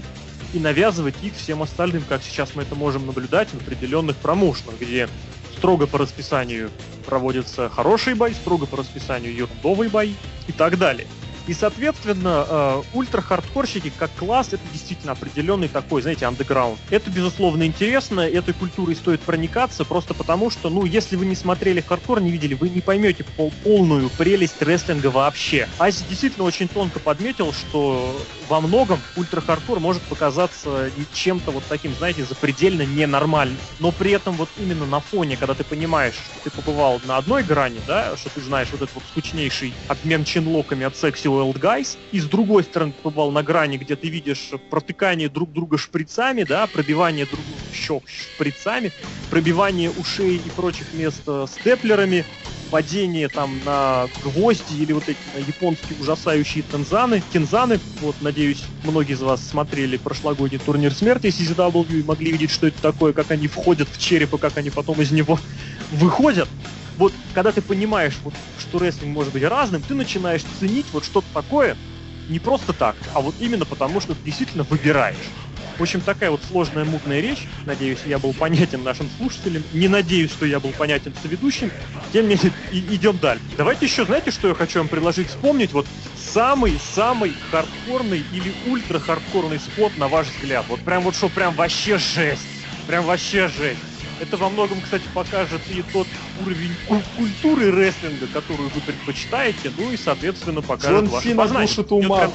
и навязывать их всем остальным, как сейчас мы это можем наблюдать в определенных промоушенах, где строго по расписанию проводятся хорошие бои, строго по расписанию ерундовые бои и так далее. И, соответственно, ультра-хардкорщики как класс — это действительно определенный такой, знаете, андеграунд. Это, безусловно, интересно, этой культурой стоит проникаться, просто потому что, ну, если вы не смотрели хардкор, не видели, вы не поймете полную прелесть рестлинга вообще. Ази действительно очень тонко подметил, что во многом ультра-хардкор может показаться чем-то вот таким, знаете, запредельно ненормальным. Но при этом вот именно на фоне, когда ты понимаешь, что ты побывал на одной грани, да, что ты знаешь вот этот вот скучнейший обмен чинлоками от Sexy Old Guys, и с другой стороны ты побывал на грани, где ты видишь протыкание друг друга шприцами, да, пробивание друг друга щек шприцами, пробивание ушей и прочих мест степлерами, падение там на гвозди или вот эти японские ужасающие кинзаны. Вот, надеюсь, многие из вас смотрели прошлогодний турнир смерти CZW и могли видеть, что это такое, как они входят в череп и как они потом из него выходят. Вот, когда ты понимаешь, вот, что рестлинг может быть разным, ты начинаешь ценить вот что-то такое не просто так, а вот именно потому, что ты действительно выбираешь. В общем, такая вот сложная, мутная речь. Надеюсь, я был понятен нашим слушателям. Не надеюсь, что я был понятен соведущим. Тем не менее, идем дальше. Давайте еще, знаете, что я хочу вам предложить вспомнить? Вот самый-самый хардкорный или ультра-хардкорный спот, на ваш взгляд. Вот прям вот что, прям вообще жесть. Прям вообще жесть. Это во многом, кстати, покажет и тот уровень культуры рестлинга, которую вы предпочитаете, ну и, соответственно, покажет Джон ваше Сина познание. душит ума.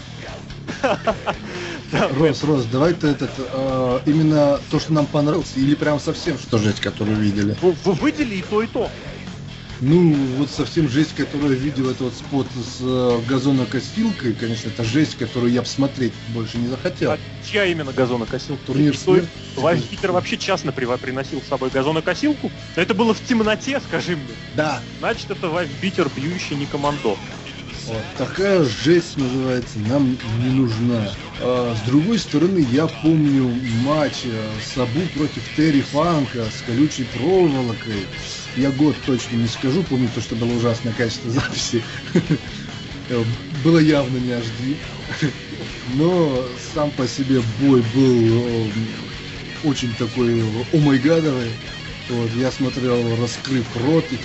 Рос, давай ты именно то, что нам понравилось, или прям совсем что жесть, которую видели? Вы выдели и то, и то. Ну, вот совсем жесть, которую я видел, это вот спот с газонокосилкой, конечно, это жесть, которую я посмотреть больше не захотел. А чья именно газонокосилка? Турнир смерти. Ваш Питер вообще часто приносил с собой газонокосилку? Это было в темноте, скажи мне. Да. Значит, это Вайф Битер, бьющий не командо. Вот. Такая жесть, называется, нам не нужна. А, с другой стороны, я помню матч Сабу против Терри Фанка с колючей проволокой. Я год точно не скажу, помню то, что было ужасное качество записи. Было явно не HD. Но сам по себе бой был очень такой омайгадовый. Вот, я смотрел, раскрыв рот, и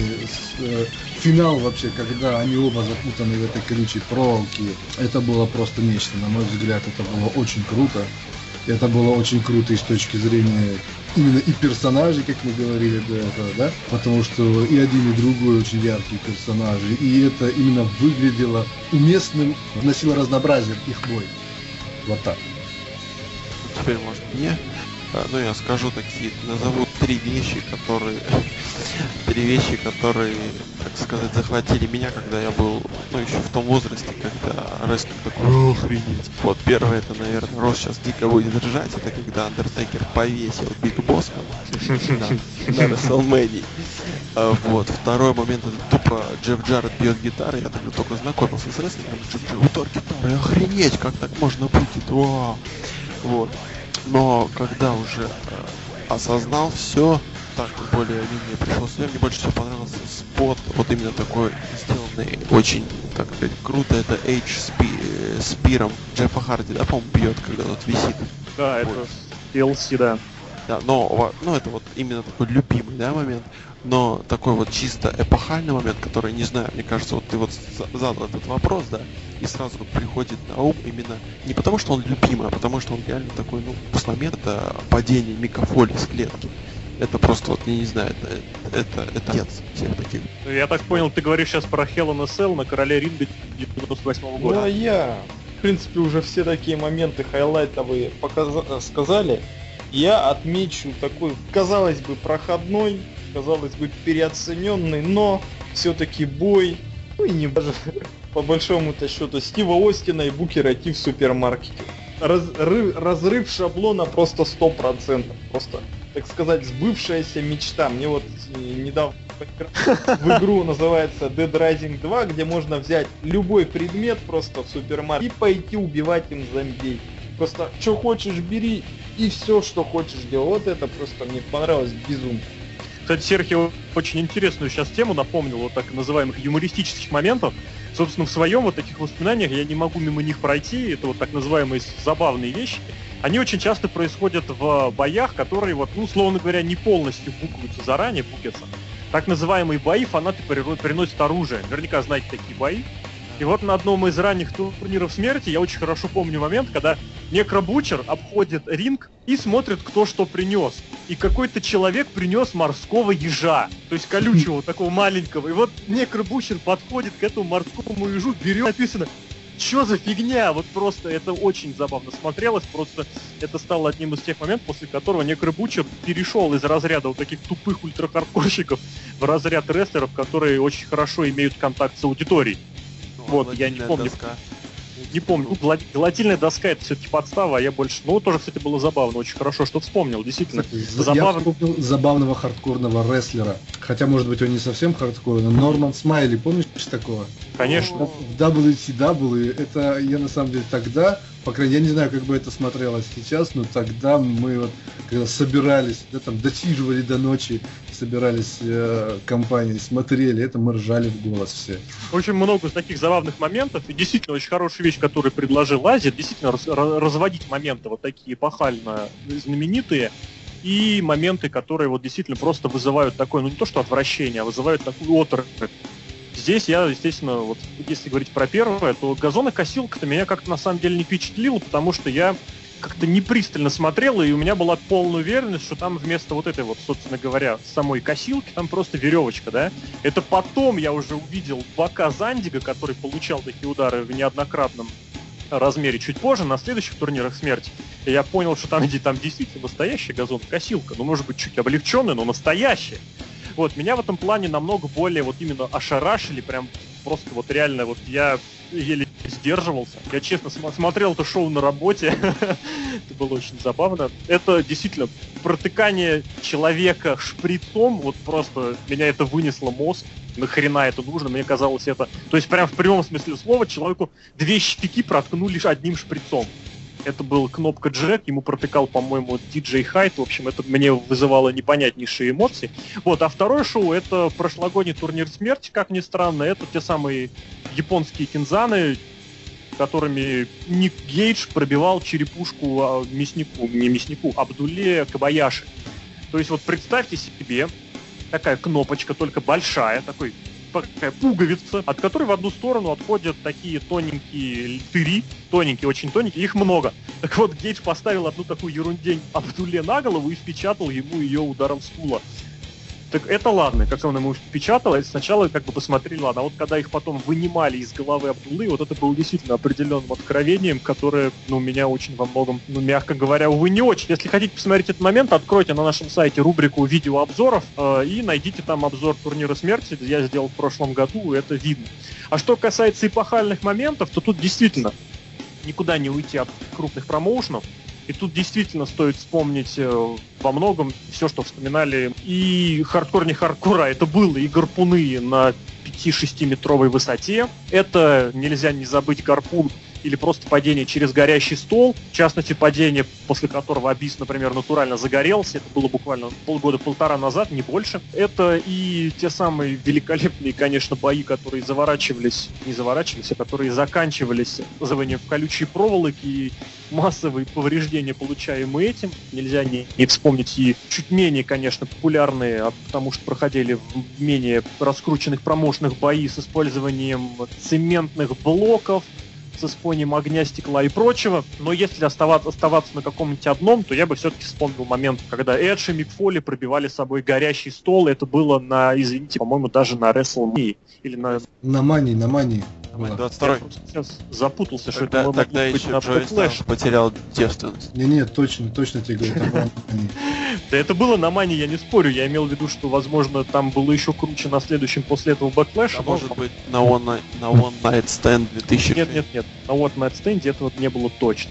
финал вообще, когда они оба запутаны в этой колючей проволоке, это было просто нечто, на мой взгляд, это было очень круто. Это было очень круто и с точки зрения именно и персонажей, как мы говорили до этого, да, потому что и один, и другой очень яркие персонажи, и это именно выглядело уместным, вносило разнообразие в их бой. Вот так. Теперь, может, мне? Ну, я скажу назову три вещи, которые, так сказать, захватили меня, когда я был, ну, еще в том возрасте, когда рестлинг такой, охренеть. Вот, первое, это, наверное, Рос сейчас дико будет ржать, это когда Андертейкер повесил Биг Босса на WrestleMania. Вот, второй момент, это тупо Джефф Джарретт бьет гитарой, я тогда только знакомился с рестлингом, удар гитары, охренеть, как так можно быть, вау. Вот. Но когда уже осознал все, так более-менее пришел в себя, мне больше всего понравился спот, вот именно такой сделанный очень, так сказать, круто, это Эйдж с пиром Джеффа Харди, да, по-моему, бьет, когда тот висит. Да, вот. Это TLC, да. Да, но это вот именно такой любимый, да, момент, но такой вот чисто эпохальный момент, который, не знаю, мне кажется, вот ты вот задал этот вопрос, да, и сразу приходит на ум именно не потому, что он любимый, а потому, что он реально такой, ну, после момента падения Мика Фоли с клетки. Это просто вот, я не знаю, это отец всех таких. Я так понял, ты говоришь сейчас про Hell in a Cell на Короле Ринга 98 года. Ну, я, в принципе, уже все такие моменты хайлайтовые сказали. Я отмечу такой, казалось бы, проходной, казалось бы, переоцененный, но все-таки бой, ну и не даже по большому-то счету, Стива Остина и Букера Ти в супермаркете. Разрыв шаблона просто 100%. Просто, так сказать, сбывшаяся мечта. Мне вот недавно в игру называется Dead Rising 2, где можно взять любой предмет просто в супермаркете и пойти убивать им зомбей. Просто, что хочешь, бери, и все, что хочешь, делай. Вот это просто мне понравилось безумно. Кстати, Серхио очень интересную сейчас тему напомнил, вот так называемых юмористических моментов. собственно, в своем вот таких воспоминаниях я не могу мимо них пройти. Это вот так называемые забавные вещи. Они очень часто происходят в боях, которые вот, ну, условно говоря, не полностью букаются заранее, букятся. Так называемые бои фанаты приносят оружие. Наверняка знаете такие бои. И вот на одном из ранних турниров смерти я очень хорошо помню момент, когда Некробучер обходит ринг и смотрит, кто что принес. И какой-то человек принес морского ежа, то есть колючего, такого маленького. И вот Некробучер подходит к этому морскому ежу, берет, написано: «Чё за фигня?» Вот просто это очень забавно смотрелось, просто это стало одним из тех моментов, после которого Некробучер перешел из разряда вот таких тупых ультрахардкорщиков в разряд рестлеров, которые очень хорошо имеют контакт с аудиторией. Вот, я не помню. Доска. Не помню. Гладильная доска — это все-таки подстава, а я больше... Ну, тоже, кстати, было забавно. Очень хорошо, что вспомнил. Действительно, забавно. Я вспомнил забавного хардкорного рестлера. Хотя, может быть, он не совсем хардкорный. Норман Смайли, помнишь такого? Конечно. В WCW, это я на самом деле тогда, по крайней мере, я не знаю, как бы это смотрелось сейчас, но тогда мы вот, когда собирались, да, там, досиживали до ночи, собирались компании, смотрели, это мы ржали в голос все. Очень много таких забавных моментов, и действительно очень хорошая вещь, которую предложил Азия, действительно разводить моменты вот такие эпохально знаменитые, и моменты, которые вот действительно просто вызывают такое, ну не то что отвращение, а вызывают такую оторопь. Здесь я, естественно, вот если говорить про первое, то газонокосилка-то меня как-то на самом деле не впечатлила, потому что я как-то не пристально смотрел, и у меня была полная уверенность, что там вместо вот этой вот, собственно говоря, самой косилки, там просто веревочка, да. Это потом я уже увидел бока Зандига, который получал такие удары в неоднократном размере чуть позже, на следующих турнирах смерти. И я понял, что там действительно настоящая газонокосилка, ну, может быть, чуть облегченная, но настоящая. Вот, меня в этом плане намного более вот именно ошарашили, прям просто вот реально вот я еле сдерживался. Я честно смотрел это шоу на работе, это было очень забавно. Это действительно протыкание человека шприцом, вот просто меня это вынесло мозг. Нахрена это нужно? Мне казалось это... То есть прям в прямом смысле слова человеку 2 щеки проткнули одним шприцом. Это был кнопка Джек, ему протыкал, по-моему, диджей Хайт. В общем, это мне вызывало непонятнейшие эмоции. Вот, а второе шоу — это прошлогодний турнир смерти, как ни странно. Это те самые японские кинзаны, которыми Ник Гейдж пробивал черепушку Абдулле Кобаяши. То есть вот представьте себе, такая кнопочка, только большая, такая пуговица, от которой в одну сторону отходят такие тоненькие тыри, тоненькие, очень тоненькие, их много. Так вот, Гейдж поставил одну такую ерундень Абдулле на голову и впечатал ему ее ударом стула. Так это ладно, как он ему впечатал, сначала как бы посмотрели, ладно, а вот когда их потом вынимали из головы Абдуллы, вот это было действительно определенным откровением, которое, ну, меня очень во многом, ну, мягко говоря, увы, не очень. Если хотите посмотреть этот момент, откройте на нашем сайте рубрику видеообзоров и найдите там обзор турнира смерти, я сделал в прошлом году, это видно. А что касается эпохальных моментов, то тут действительно никуда не уйти от крупных промоушенов. И тут действительно стоит вспомнить во многом все, что вспоминали и хардкор, не хардкора. Это было и гарпуны на 5-6 метровой высоте. Это нельзя не забыть гарпун или просто падение через горящий стол. В частности, падение, после которого Абис, например, натурально загорелся. Это было буквально полгода-полтора назад, не больше. Это и те самые великолепные, конечно, бои, которые которые заканчивались в колючей проволоке и массовые повреждения, получаемые этим. Нельзя не вспомнить и чуть менее, конечно, популярные, потому что проходили в менее раскрученных промоушенных бои с использованием цементных блоков, с использованием огня, стекла и прочего. Но если оставаться на каком-нибудь одном, то я бы все-таки вспомнил момент, когда Эдж и Мик Фоли пробивали с собой горящий стол. Это было извините, по-моему, даже на WrestleMania. Или на Мании. 22-й. Сейчас запутался, что Тогда быть еще на Джой Flash. Стар потерял девственность. Не, точно тебе говорю, это было на Мании. Да это было на Мании, я не спорю. Я имел в виду, что, возможно, там было еще круче на следующем после этого Backlash. А может быть на One Night Stand 2006? Нет. На One Night Stand этого не было точно.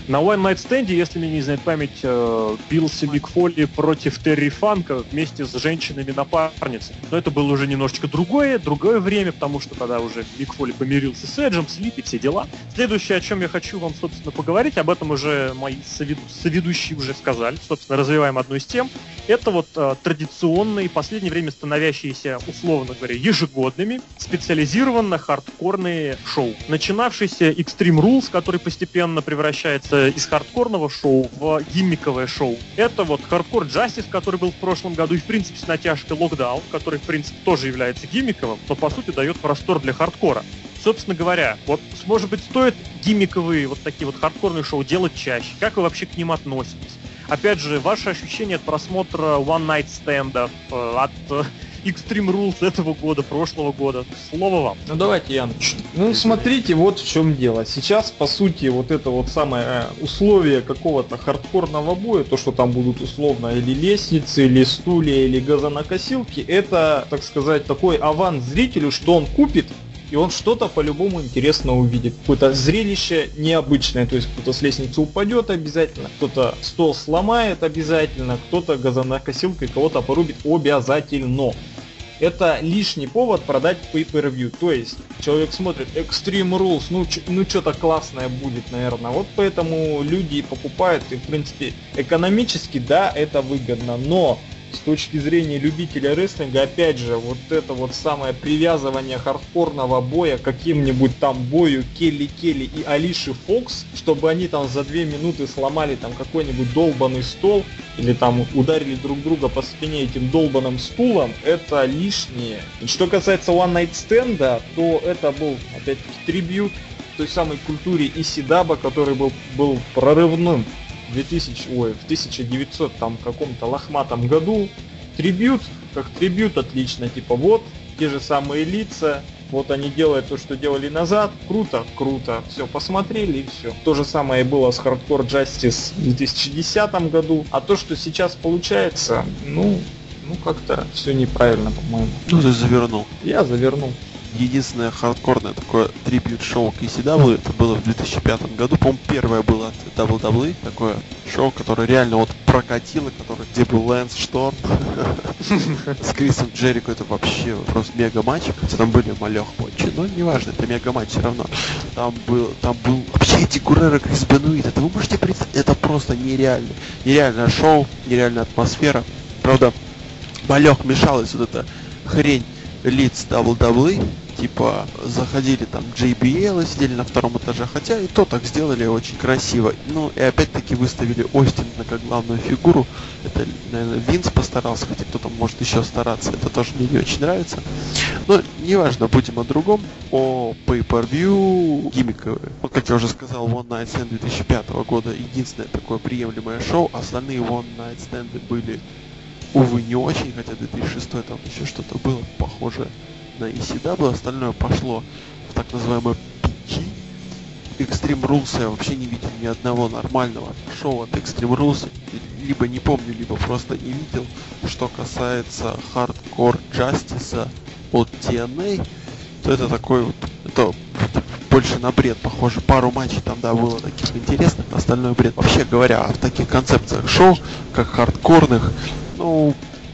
На One Night Stand, если мне не изменяет память, бился Мик Фолли против Терри Фанка вместе с женщинами-напарницами. Но это было уже немножечко другое время, потому что тогда уже Мик Фолли помирился с Эджем, слип и все дела. Следующее, о чем я хочу вам, собственно, поговорить, об этом уже мои соведущие уже сказали, собственно, развиваем одну из тем. Это вот традиционные, в последнее время становящиеся, условно говоря, ежегодными, специализированно хардкорные шоу. Начинавшийся Extreme Rules, который постепенно превращается из хардкорного шоу в гиммиковое шоу. Это вот Hardcore Justice, который был в прошлом году, и в принципе с натяжкой Lockdown, который в принципе тоже является гиммиковым, но по сути дает простор для хардкора. Собственно говоря, вот, может быть, стоит гиммиковые вот такие вот хардкорные шоу делать чаще? Как вы вообще к ним относитесь? Опять же, ваши ощущения от просмотра One Night Stand, от Extreme Rules этого года, прошлого года. Слово вам. Ну давайте я начну. Ну смотрите, вот в чем дело. Сейчас, по сути, вот это вот самое условие какого-то хардкорного боя, то, что там будут условно или лестницы, или стулья, или газонокосилки, это, так сказать, такой аванс зрителю, что он купит, и он что-то по-любому интересно увидит. Какое-то зрелище необычное, то есть кто-то с лестницы упадет обязательно, кто-то стол сломает обязательно, кто-то газонокосилкой кого-то порубит обязательно. Это лишний повод продать pay-per-view. То есть человек смотрит Extreme Rules, ну что-то классное будет, наверное. Вот поэтому люди покупают, и в принципе экономически, да, это выгодно, но с точки зрения любителя рестлинга, опять же, вот это вот самое привязывание хардкорного боя к каким-нибудь там бою Келли и Алиши Фокс, чтобы они там за 2 минуты сломали там какой-нибудь долбанный стол или там ударили друг друга по спине этим долбанным стулом, это лишнее. И что касается One Night Stand, то это был опять-таки трибьют той самой культуре ECW, который был прорывным в 1900 там каком-то лохматом году. Трибьют, как трибьют, отлично, типа вот те же самые лица, вот они делают то, что делали назад, круто, все, посмотрели и все. То же самое и было с Hardcore Justice в 2010 году, а то, что сейчас получается, ну как-то все неправильно, по-моему. Ну ты завернул. Я завернул. Единственное хардкорное такое трибьют-шоу к ECW, это было в 2005 году. По-моему, первое было от WWE, такое шоу, которое реально вот прокатило, где был Лэнс Шторм с Крисом Джерико. Это вообще просто мега-матч. Хотя там были Малех Пончи, но неважно, это мега-матч все равно. Там был вообще эти Гурреро, Крис Бенуит. Это вы можете представить? Это просто нереально. Нереальное шоу, нереальная атмосфера. Правда, Малех мешалась вот эта хрень лиц WWE, типа заходили там JBL, сидели на втором этаже, хотя и то так сделали очень красиво. Ну и опять-таки выставили Остина как главную фигуру. Это, наверное, Винс постарался, хотя кто-то может еще стараться, это тоже мне не очень нравится. Но неважно, будем о другом, о pay-per-view гиммиковые. Вот как я уже сказал, One Night Stand 2005 года единственное такое приемлемое шоу, остальные One Night Stand были, увы, не очень, хотя 2006 там еще что-то было похожее на ECW, остальное пошло в так называемое PG. Extreme Rules я вообще не видел ни одного нормального шоу от Extreme Rules, либо не помню, либо просто не видел. Что касается Hardcore Justice от TNA, то это такой вот, это больше на бред похоже. Пару матчей там, да, было таких интересных, остальное бред. Вообще говоря, в таких концепциях шоу, как хардкорных, ну,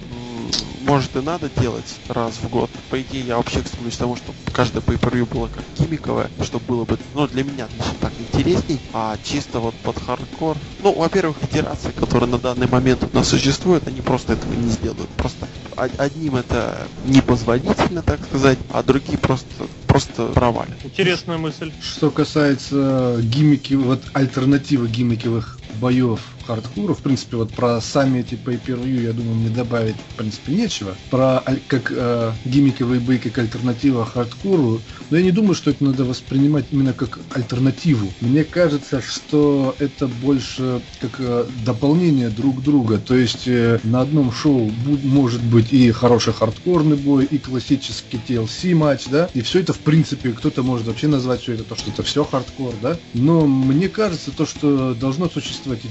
может и надо делать раз в год. По идее, я вообще стремлюсь к тому, чтобы каждое pay-per-view было как гиммиковое, чтобы было бы, ну, для меня лично так интересней, а чисто вот под хардкор. Ну, во-первых, федерации, которые на данный момент у нас существуют, они просто этого не сделают. Просто одним это непозволительно, так сказать, а другие просто провалят. Интересная мысль. Что касается вот альтернативы гиммиковых боев хардкора, в принципе, вот про сами эти pay-per-view, я думаю, мне добавить, в принципе, нечего. Про как гиммиковые бои, как альтернатива хардкору, но я не думаю, что это надо воспринимать именно как альтернативу. Мне кажется, что это больше как дополнение друг друга. То есть на одном шоу может быть и хороший хардкорный бой, и классический TLC матч, да, и все это, в принципе, кто-то может вообще назвать все это, то, что это все хардкор, да. Но мне кажется, то, что должно существовать и то, и другое.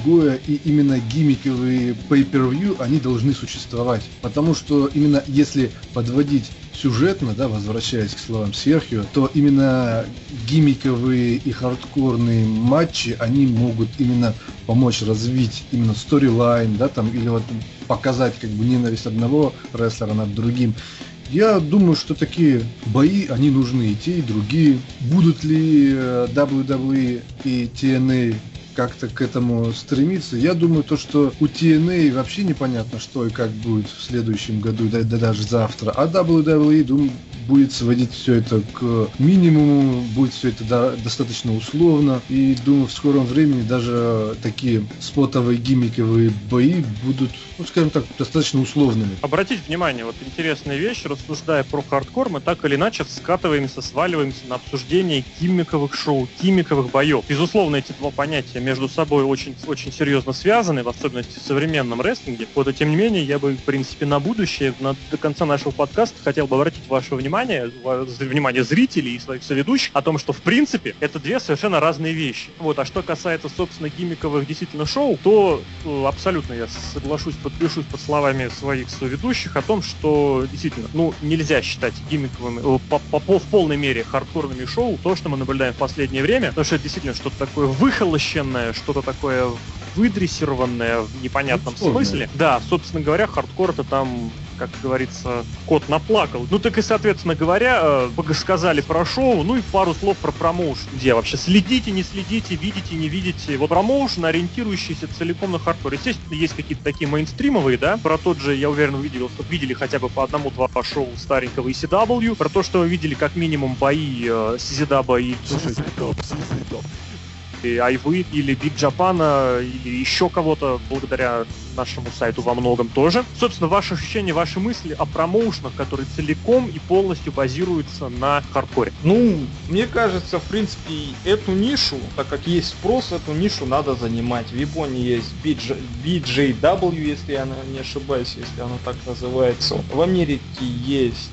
другое, и именно гиммиковые pay-per-view, они должны существовать. Потому что именно если подводить сюжетно, да, возвращаясь к словам Серхио, то именно гиммиковые и хардкорные матчи, они могут именно помочь развить именно сторилайн, да, там, или вот показать как бы ненависть одного рестлера над другим. Я думаю, что такие бои, они нужны и те, и другие. Будут ли WWE и TNA как-то к этому стремиться? Я думаю, то, что у TNA вообще непонятно, что и как будет в следующем году, да даже завтра. А WWE, думаю, будет сводить все это к минимуму, будет все это достаточно условно. И думаю, в скором времени даже такие спотовые гиммиковые бои будут, ну, скажем так, достаточно условными. Обратите внимание, вот интересная вещь, рассуждая про хардкор, мы так или иначе скатываемся, сваливаемся на обсуждение гиммиковых шоу, гиммиковых боев. Безусловно, эти два понятия между собой очень, очень серьезно связаны, в особенности в современном рестлинге. Вот, и тем не менее, я бы, в принципе, на будущее, до конца нашего подкаста хотел бы обратить ваше внимание зрителей и своих соведущих о том, что, в принципе, это две совершенно разные вещи. Вот, а что касается, собственно, гиммиковых действительно шоу, то абсолютно я соглашусь, подпишусь под словами своих соведущих о том, что действительно, нельзя считать гиммиковыми, в полной мере хардкорными шоу то, что мы наблюдаем в последнее время, потому что это действительно что-то такое выхолощенное, что-то такое выдрессированное в непонятном смысле. Да, собственно говоря, хардкор это там, как говорится, кот наплакал. Так и, соответственно говоря, сказали про шоу, и пару слов про промоушен. Где вообще следите, не следите, видите, не видите. Вот промоушен, ориентирующийся целиком на хардкор. Естественно, есть какие-то такие мейнстримовые, да, про тот же, я уверен, видели хотя бы по одному-два шоу старенького ECW, про то, что вы видели как минимум бои CZW и Айвы или Биг Джапана или еще кого-то, благодаря нашему сайту во многом тоже. Собственно, ваши ощущения, ваши мысли о промоушенах, которые целиком и полностью базируются на хардкоре. Мне кажется, в принципе, эту нишу, так как есть спрос, эту нишу надо занимать. В Японии есть BJW, если я не ошибаюсь, если оно так называется. В Америке есть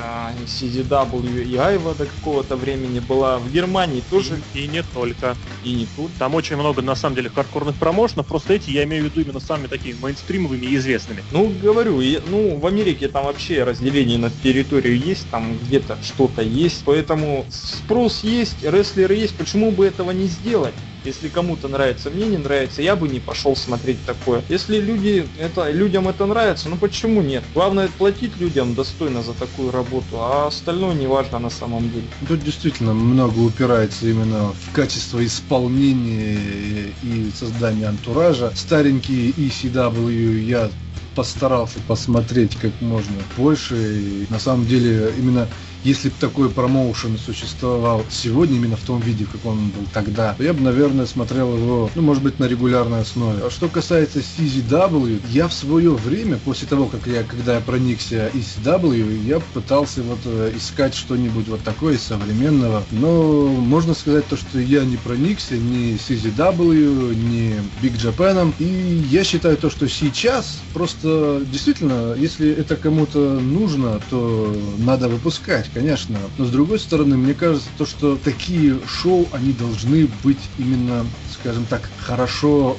CZW и Айва до какого-то времени была, в Германии тоже. И не только. И не тут. Там очень много, на самом деле, хардкорных промоушенов, просто эти я имею в виду именно самыми такими мейнстримовыми и известными. Говорю, в Америке там вообще разделение на территорию есть, там где-то что-то есть, поэтому спрос есть, рестлеры есть, почему бы этого не сделать? Если кому-то нравится, мне не нравится, я бы не пошел смотреть такое. Если людям это нравится, почему нет? Главное платить людям достойно за такую работу, а остальное не важно на самом деле. Тут действительно много упирается именно в качество исполнения и создания антуража. Старенькие ECW я постарался посмотреть как можно больше. И на самом деле именно если бы такой промоушен существовал сегодня, именно в том виде, как он был тогда, то я бы, наверное, смотрел его, может быть, на регулярной основе. А что касается CZW, я в свое время, после того, когда я проникся ECW, я пытался искать что-нибудь такое современного. Но можно сказать то, что я не проникся ни CZW, ни Big Japan. И я считаю то, что сейчас просто действительно, если это кому-то нужно, то надо выпускать. Конечно, но с другой стороны, мне кажется, то, что такие шоу, они должны быть именно, скажем так, хорошо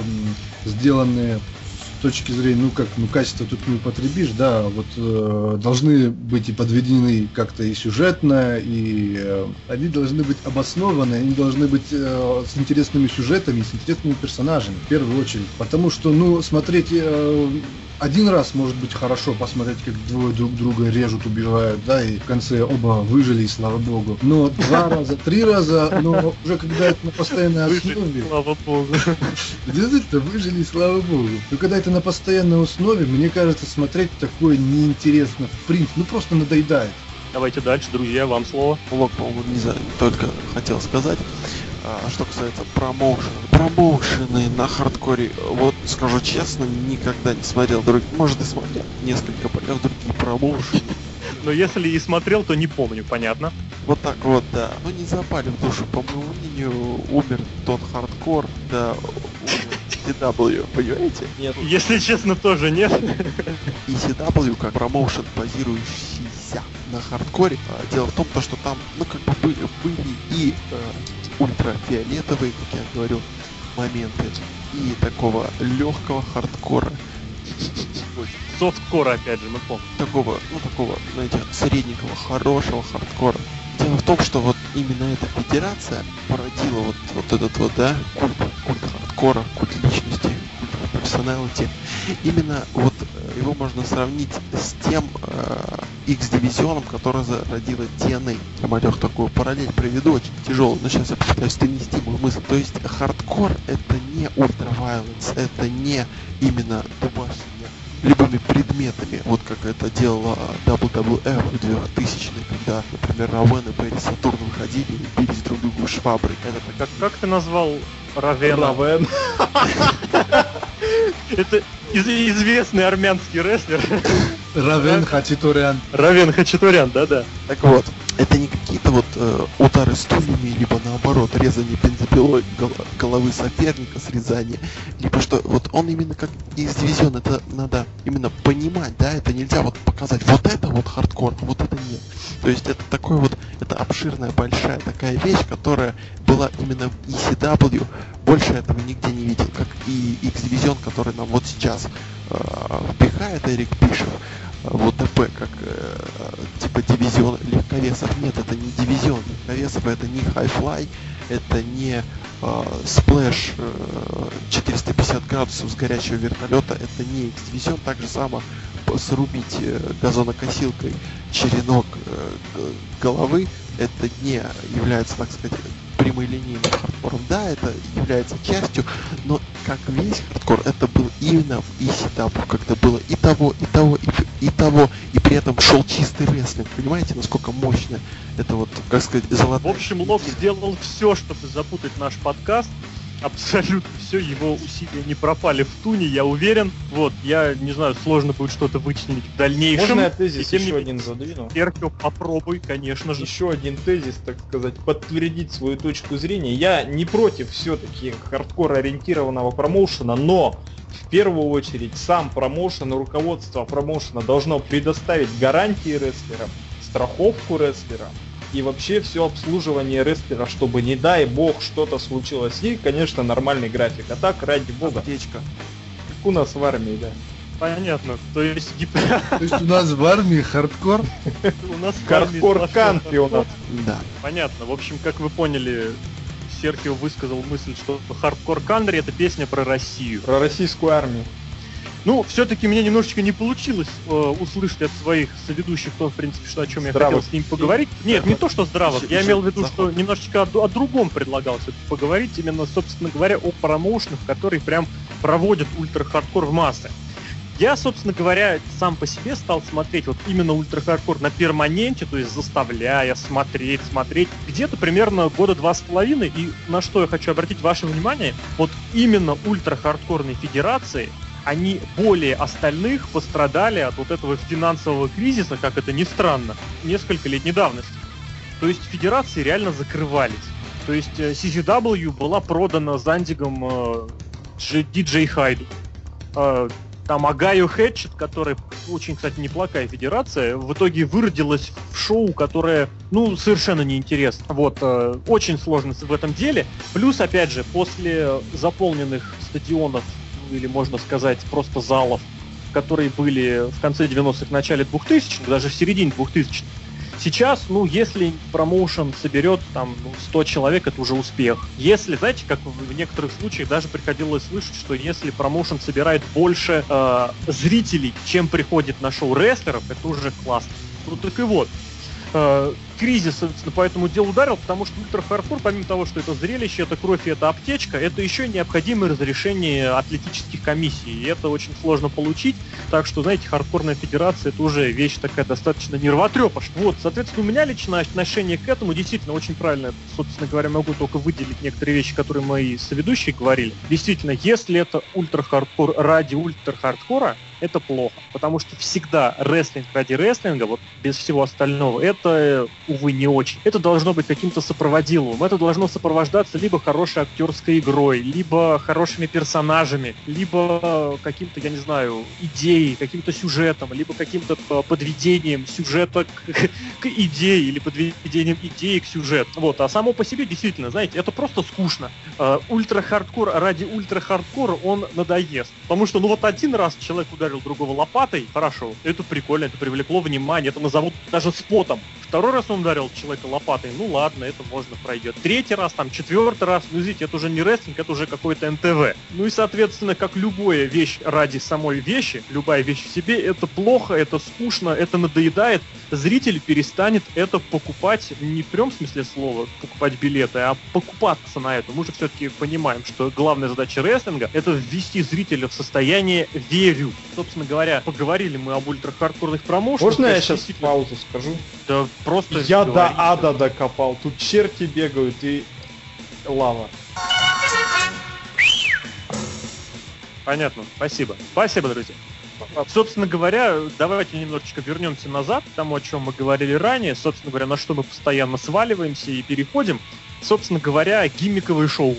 сделанные с точки зрения, качество тут не употребишь, да, должны быть и подведены как-то и сюжетно, и они должны быть обоснованы, они должны быть с интересными сюжетами, с интересными персонажами, в первую очередь, потому что, смотреть... Один раз может быть хорошо посмотреть, как двое друг друга режут, убивают, да, и в конце оба выжили, и слава богу. Но 2 раза, 3 раза, но уже когда это на постоянной основе... Слава богу. Действительно, выжили, и слава богу. Но когда это на постоянной основе, мне кажется, смотреть такое неинтересно. В принципе, просто надоедает. Давайте дальше, друзья, вам слово. Не знаю, только хотел сказать. Что касается промоушены на хардкоре, скажу честно, никогда не смотрел может и смотрел несколько боев, другие промоушены. Но если и смотрел, то не помню, понятно. Так да. Не запали в душу, по моему мнению, умер тот хардкор, да, ECW, понимаете? Нет. Если честно, тоже нет. ECW как промоушен, базирующийся на хардкоре. Дело в том, что там, были и ультрафиолетовые, как я говорил, моменты и такого легкого хардкора. Софткора, опять же, мы помним. Такого, знаете, средненького, хорошего хардкора. Дело в том, что вот именно эта федерация породила вот этот вот, да, культ хардкора, культ личности, культ персоналити. Именно вот его можно сравнить с тем X-дивизионом, который зародила TNA. Я, Малёх, такую параллель приведу, очень тяжелую, но сейчас я попытаюсь донести мою мысль. То есть хардкор это не ультра-вайленс, это не именно дубашение любыми предметами, вот как это делала WWF в 2000-е, когда, например, Равен и Перри Сатурн выходили и бились друг другу шваброй. Это Как ты назвал Равена? Равен. Это известный армянский рестлер. Равен Хачатурян. Равен Хачатурян, да-да. Так вот, это не какие-то вот удары стульями, либо наоборот резание бензопилой головы соперника, срезание, либо что, вот он именно как X-дивизион, это надо именно понимать, да, это нельзя вот показать, вот это вот хардкор, а вот это нет. То есть это такой вот, это обширная, большая такая вещь, которая была именно в ECW, больше этого нигде не видел, как и X-дивизион, который нам вот сейчас впихает Эрик Бишев в ОТП, как типа дивизион легковесов. Нет, это не дивизион легковесов, это не High-Fly, это не сплэш 450 градусов с горячего вертолета, это не X-дивизион. Так же само срубить газонокосилкой черенок головы, это не является, так сказать, прямолинейным хардкором. Да, это является частью, но как весь хардкор, это был именно в ECW, когда было и того, и того, и того, и при этом шел чистый рестлинг. Понимаете, насколько мощно это вот, как сказать, золотая... В общем, Лок сделал все, чтобы запутать наш подкаст. Абсолютно все, его усилия не пропали в туне, я уверен. Вот, я не знаю, сложно будет что-то вычленить в дальнейшем. Можно я тезис И тем еще не один задвину? Серхио, попробуй, конечно же. Еще один тезис, так сказать, подтвердить свою точку зрения. Я не против все-таки хардкор ориентированного промоушена, но в первую очередь сам промоушен и руководство промоушена должно предоставить гарантии рестлерам, страховку рестлерам и вообще все обслуживание рестлера, чтобы, не дай бог, что-то случилось. И, конечно, нормальный график. А так, ради бога. Аптечка. Как у нас в армии, да. Понятно. То есть То есть у нас в армии хардкор? у нас в армии Хардкор сплошной кантри у нас. Да. Понятно. В общем, как вы поняли, Серхио высказал мысль, что хардкор кантри — это песня про Россию. Про российскую армию. Ну, все-таки мне немножечко не получилось услышать от своих соведущих то, в принципе, что о чем я Здравых. хотел с ним поговорить. Нет, не то, что здравых. Я Еще имел в виду, заход. что немножечко о другом предлагал все-таки поговорить. Именно, собственно говоря, о промоушенах, которые прям проводят ультра-хардкор в массы. Я, собственно говоря, сам по себе стал смотреть вот именно ультра-хардкор на перманенте, то есть заставляя смотреть, где-то примерно года 2,5. И на что я хочу обратить ваше внимание, вот именно ультра-хардкорные федерации, они более остальных пострадали от вот этого финансового кризиса, как это ни странно, несколько лет давности. То есть федерации реально закрывались. То есть CZW была продана Зандигом DJ Хайду. Там Агайо Хэтчет, которая очень, кстати, неплохая федерация, в итоге выродилась в шоу, которое, ну, совершенно неинтересно. Вот, очень сложно в этом деле. Плюс, опять же, после заполненных стадионов, или, можно сказать, просто залов, которые были в конце 90-х, начале 2000-х, даже в середине 2000-х. Сейчас, ну, если промоушен соберет там 100 человек, это уже успех. Если, знаете, как в некоторых случаях даже приходилось слышать, что если промоушен собирает больше зрителей, чем приходит на шоу рестлеров, это уже классно. Ну, так и вот. Кризис, собственно, по этому делу ударил, потому что ультра-хардкор, помимо того, что это зрелище, это кровь и это аптечка, это еще необходимое разрешение атлетических комиссий, и это очень сложно получить, так что, знаете, хардкорная федерация — это уже вещь такая достаточно нервотрепошная. Вот, соответственно, у меня личное отношение к этому действительно очень правильное. Собственно говоря, могу только выделить некоторые вещи, которые мои соведущие говорили. Действительно, если это ультра-хардкор ради ультра-хардкора, это плохо. Потому что всегда рестлинг ради рестлинга, вот без всего остального, это, увы, не очень. Это должно быть каким-то сопроводиловым. Это должно сопровождаться либо хорошей актерской игрой, либо хорошими персонажами, либо каким-то, я не знаю, идеей, каким-то сюжетом, либо каким-то подведением сюжета к идее, или подведением идеи к сюжету. Вот. А само по себе, действительно, знаете, это просто скучно. Ультра-хардкор ради ультра-хардкора он надоест. Потому что, ну вот один раз человек ударил другого лопатой, хорошо, это прикольно, это привлекло внимание, это назовут даже спотом. Второй раз он ударил человека лопатой, ну ладно, это можно пройдет. Третий раз, там, четвертый раз, ну извините, это уже не рестлинг, это уже какой-то НТВ. Ну и, соответственно, как любая вещь ради самой вещи, любая вещь в себе, это плохо, это скучно, это надоедает. Зритель перестанет это покупать, не в прямом смысле слова, покупать билеты, а покупаться на это. Мы же все-таки понимаем, что главная задача рестлинга — это ввести зрителя в состояние «верю». Собственно говоря, поговорили мы об ультрахардкорных промоушенах. Можно я сейчас паузу скажу? Да просто... Я до ада докопал. Тут черти бегают и лава. Понятно, спасибо. Спасибо, друзья. Собственно говоря, давайте немножечко вернемся назад к тому, о чем мы говорили ранее. Собственно говоря, на что мы постоянно сваливаемся и переходим. Собственно говоря, гиммиковые шоу.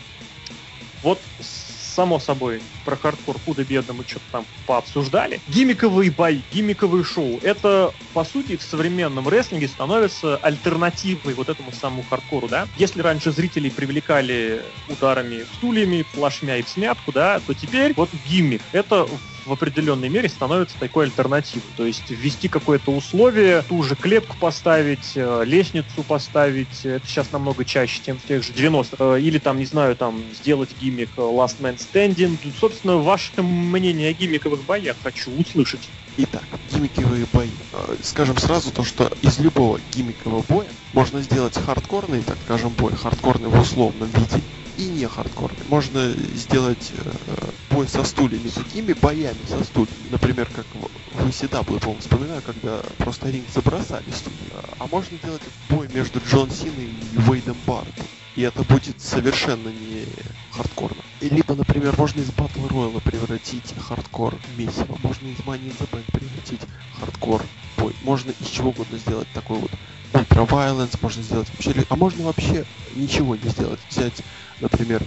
Вот, само собой, про хардкор худо-бедно мы что-то там пообсуждали. Гиммиковые бои, гиммиковые шоу. Это, по сути, в современном рестлинге становится альтернативой вот этому самому хардкору, да? Если раньше зрителей привлекали ударами стульями, плашмя и в смятку, да, то теперь вот гиммик. Это в определенной мере становится такой альтернативой. То есть ввести какое-то условие, ту же клетку поставить, лестницу поставить. Это сейчас намного чаще, чем в тех же 90-х. Или там, не знаю, там сделать гиммик Last Man Standing. Собственно, ваше мнение о гиммиковых боях хочу услышать. Итак, гиммиковые бои. Скажем сразу то, что из любого гиммикового боя можно сделать хардкорный, так скажем, бой, хардкорный в условном виде, и не хардкорный. Можно сделать бой со стульями, такими боями со стульями. Например, как в ECW, по-моему, вспоминаю, когда просто ринг забросали стулья. А можно делать бой между Джон Синой и Уэйдом Бартом. И это будет совершенно не хардкорно. Либо, например, можно из Battle Royale превратить хардкор в месиво. Можно из Money in the Bank превратить хардкор в бой. Можно из чего угодно сделать такой вот Ultra Violence, можно сделать вообще... А можно вообще ничего не сделать. Взять, например,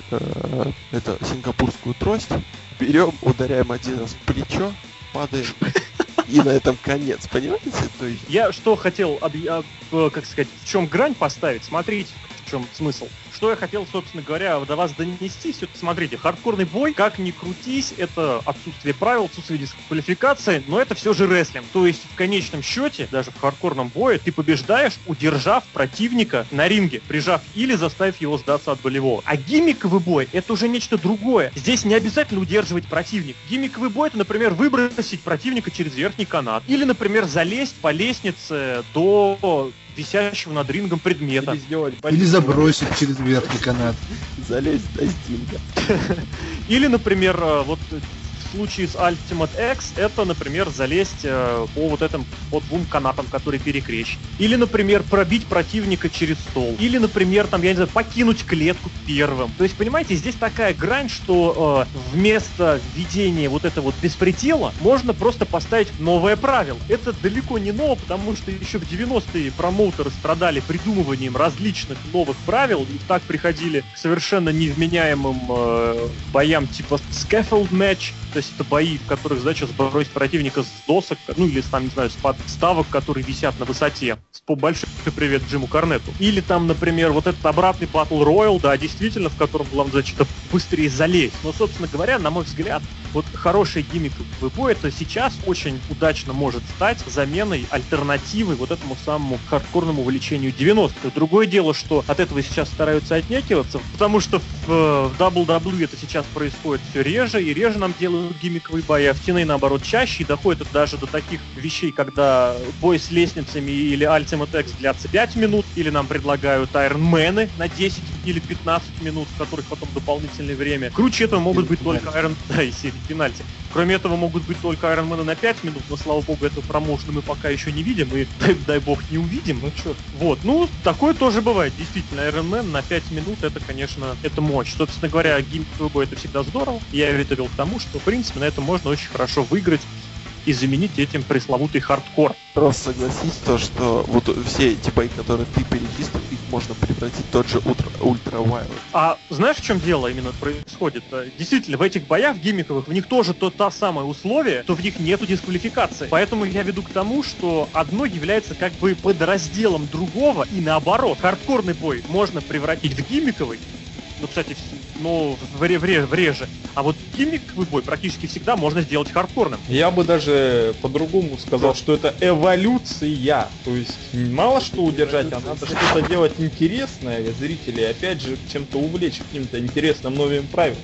это сингапурскую трость, берем, ударяем один раз в плечо, падаем, и на этом конец, понимаете? То есть... Я что хотел, как сказать, в чем грань поставить, смотрите, в чем смысл. Что я хотел, собственно говоря, до вас донести, все-таки смотрите, хардкорный бой, как ни крутись, это отсутствие правил, отсутствие дисквалификации, но это все же рестлинг. То есть в конечном счете, даже в хардкорном бое, ты побеждаешь, удержав противника на ринге, прижав или заставив его сдаться от болевого. А гиммиковый бой — это уже нечто другое. Здесь не обязательно удерживать противника. Гиммиковый бой — это, например, выбросить противника через верхний канат. Или, например, залезть по лестнице до висящего над рингом предмета. Или забросить через верхний канат. Залезть до стинга. Или, например, вот в случае с Ultimate X это, например, залезть по вот этим по двум канатам, которые перекрещены. Или, например, пробить противника через стол. Или, например, там, я не знаю, покинуть клетку первым. То есть, понимаете, здесь такая грань, что вместо введения вот этого вот беспредела можно просто поставить новое правило. Это далеко не ново, потому что еще в 90-е промоутеры страдали придумыванием различных новых правил и так приходили к совершенно невменяемым боям типа scaffold match. То есть это бои, в которых задача сбросить противника с досок, ну или там, не знаю, с подставок, которые висят на высоте. Большой привет Джиму Корнету. Или там, например, вот этот обратный Battle Royale, да, действительно, в котором главная задача это быстрее залезть. Но, собственно говоря, на мой взгляд, вот хороший гиммиковый бой, это сейчас очень удачно может стать заменой, альтернативой вот этому самому хардкорному увлечению 90-х. Другое дело, что от этого сейчас стараются отнекиваться, потому что в WWE это сейчас происходит все реже, и реже нам делают гиммиковые бои, а в TNA, наоборот, чаще, и доходит это даже до таких вещей, когда бой с лестницами или Ultimate X длятся 5 минут, или нам предлагают Ironman'ы на 10 или 15 минут, в которых потом дополнительное время. Круче этого могут быть только Iron... Да, и пенальти. Кроме этого, могут быть только Iron Man на 5 минут, но, слава богу, этого промоушена мы пока еще не видим, и, дай бог, не увидим. Ну чё? Вот, ну, такое тоже бывает. Действительно, Iron Man на 5 минут, это, конечно, это мощь. Собственно говоря, гиммиковый бой — это всегда здорово. Я это вел к тому, что, в принципе, на этом можно очень хорошо выиграть и заменить этим пресловутый хардкор. Просто согласись, то, что вот все эти бои, которые ты перечислил, их можно превратить в тот же ультра-вайлд. А знаешь, в чем дело именно происходит? Действительно, в этих боях гиммиковых, в них тоже та самое условие, что в них нету дисквалификации. Поэтому я веду к тому, что одно является как бы подразделом другого, и наоборот. Хардкорный бой можно превратить в гиммиковый, ну, кстати, реже. А вот гиммиковый бой практически всегда можно сделать хардкорным. Я бы даже по-другому сказал, что это эволюция. То есть мало что удержать, а надо что-то делать интересное для зрителей. Опять же, чем-то увлечь каким-то интересным новым правилам.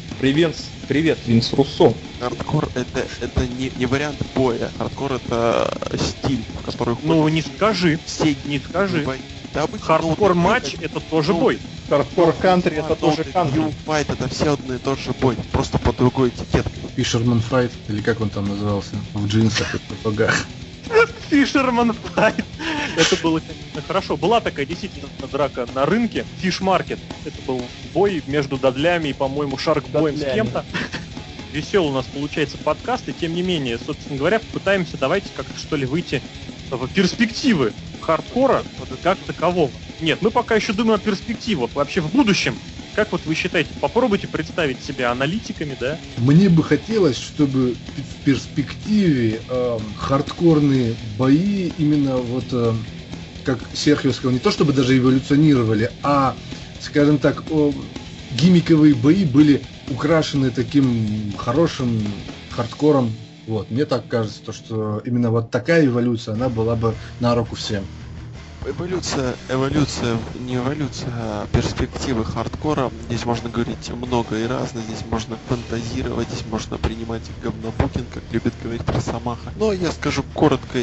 Привет, Винс Руссо. Хардкор это не вариант боя. Хардкор это стиль, в который Ну, не скажи. все Не скажи. бои. Да, обычно, Хардкор-матч — это тоже бой. Хардкор кантри это тоже кантри. Файт это все одно и тот же бой, просто под другой этикеткой. Fisherman Fight, или как он там назывался, в джинсах и сапогах. Фишерман файт. Это было, конечно, хорошо. Была такая действительно драка на рынке. Фиш Маркет. Это был бой между дадлями и, по-моему, шаркбоем с Дадлями. кем-то. Веселый у нас получается подкаст, и тем не менее, собственно говоря, попытаемся давайте как-то что ли выйти в перспективы хардкора как такового. Нет, мы пока еще думаем о перспективах. Вообще в будущем. Как вот вы считаете, попробуйте представить себя аналитиками, да? Мне бы хотелось, чтобы в перспективе хардкорные бои именно вот, как Серхио сказал, не то чтобы даже эволюционировали, а, скажем так, гиммиковые бои были украшены таким хорошим хардкором. Вот, мне так кажется, то, что именно вот такая эволюция, она была бы на руку всем. Эволюция, не эволюция, а перспективы хардкора. Здесь можно говорить много и разное, здесь можно фантазировать, здесь можно принимать говнобукинг, как любит говорить Росомаха. Но я скажу коротко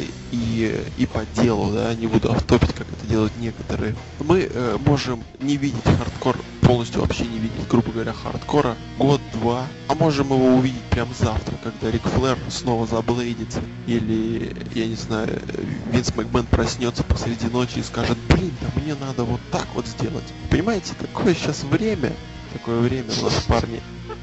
и по делу, да, не буду автопить, как это делают некоторые. Мы можем не видеть хардкор, полностью вообще не видеть, грубо говоря, хардкора год-два, а можем его увидеть прям завтра, когда Рик Флэр снова заблейдится, или, я не знаю, Винс Макмен проснется посреди ночи и скажет: блин, да мне надо вот так вот сделать. Понимаете, такое сейчас время у нас, парни,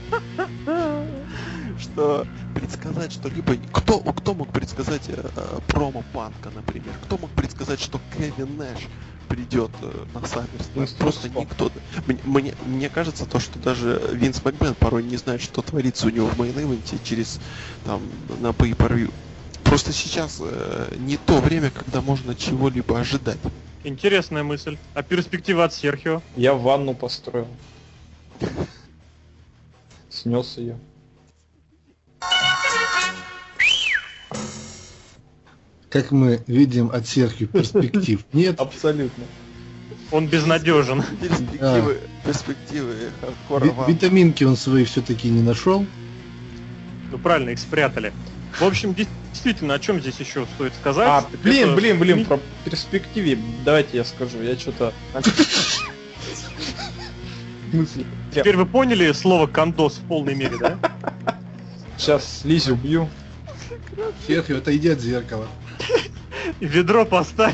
что предсказать что-либо... Кто мог предсказать промо Панка, например? Кто мог предсказать, что Кевин Нэш придет на SummerSlam? Просто никто. Мне кажется, то, что даже Винс Макмен порой не знает, что творится у него в мейн-ивенте через там на pay-per-view. Просто сейчас не то время, когда можно чего-либо ожидать. Интересная мысль. А перспектива от Серхио? Я ванну построил. Снес ее. Как мы видим от Серхио перспектив нет. Абсолютно. Он безнадежен. Перспективы хардкора вам. Витаминки он свои все-таки не нашел. Ну правильно, их спрятали. В общем, действительно, о чем здесь еще стоит сказать? Блин, про перспективе. Давайте я скажу. Я что-то... Мысли. Теперь вы поняли слово «кондос» в полной мере, да? Сейчас Лизю убью. Серхио, отойди от зеркала. Ведро поставь.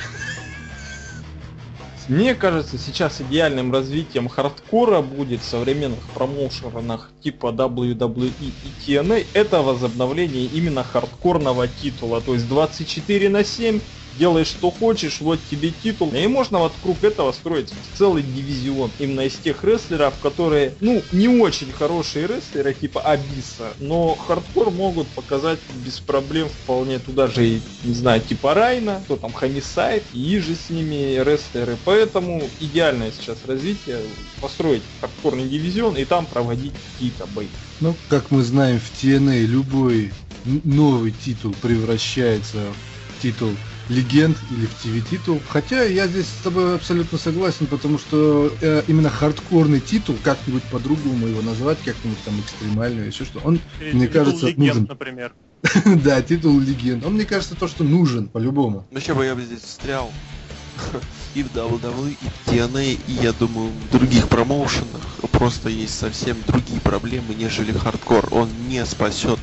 Мне кажется, сейчас идеальным развитием хардкора будет в современных промоушенах типа WWE и TNA это возобновление именно хардкорного титула. То есть 24/7, делай что хочешь, вот тебе титул. И можно вокруг этого строить целый дивизион. Именно из тех рестлеров, которые, не очень хорошие рестлеры, типа Абиса, но хардкор могут показать без проблем вполне туда же, и, не знаю, типа Райна, кто там, Homicide, и же с ними рестлеры. Поэтому идеальное сейчас развитие построить хардкорный дивизион и там проводить какие-то бои. Ну, как мы знаем, в TNA любой новый титул превращается в титул легенд или в ТВ-титул. Хотя я здесь с тобой абсолютно согласен, потому что именно хардкорный титул, как-нибудь по-другому его назвать, как-нибудь там экстремально, еще что, он, мне кажется, легенд, нужен. Например. Да, титул легенд. Он, мне кажется, то, что нужен, по-любому. Ну, еще бы я бы здесь встрял и в WWE, и в TNA, и, я думаю, в других промоушенах. просто есть совсем другие проблемы, нежели хардкор. Он не спасет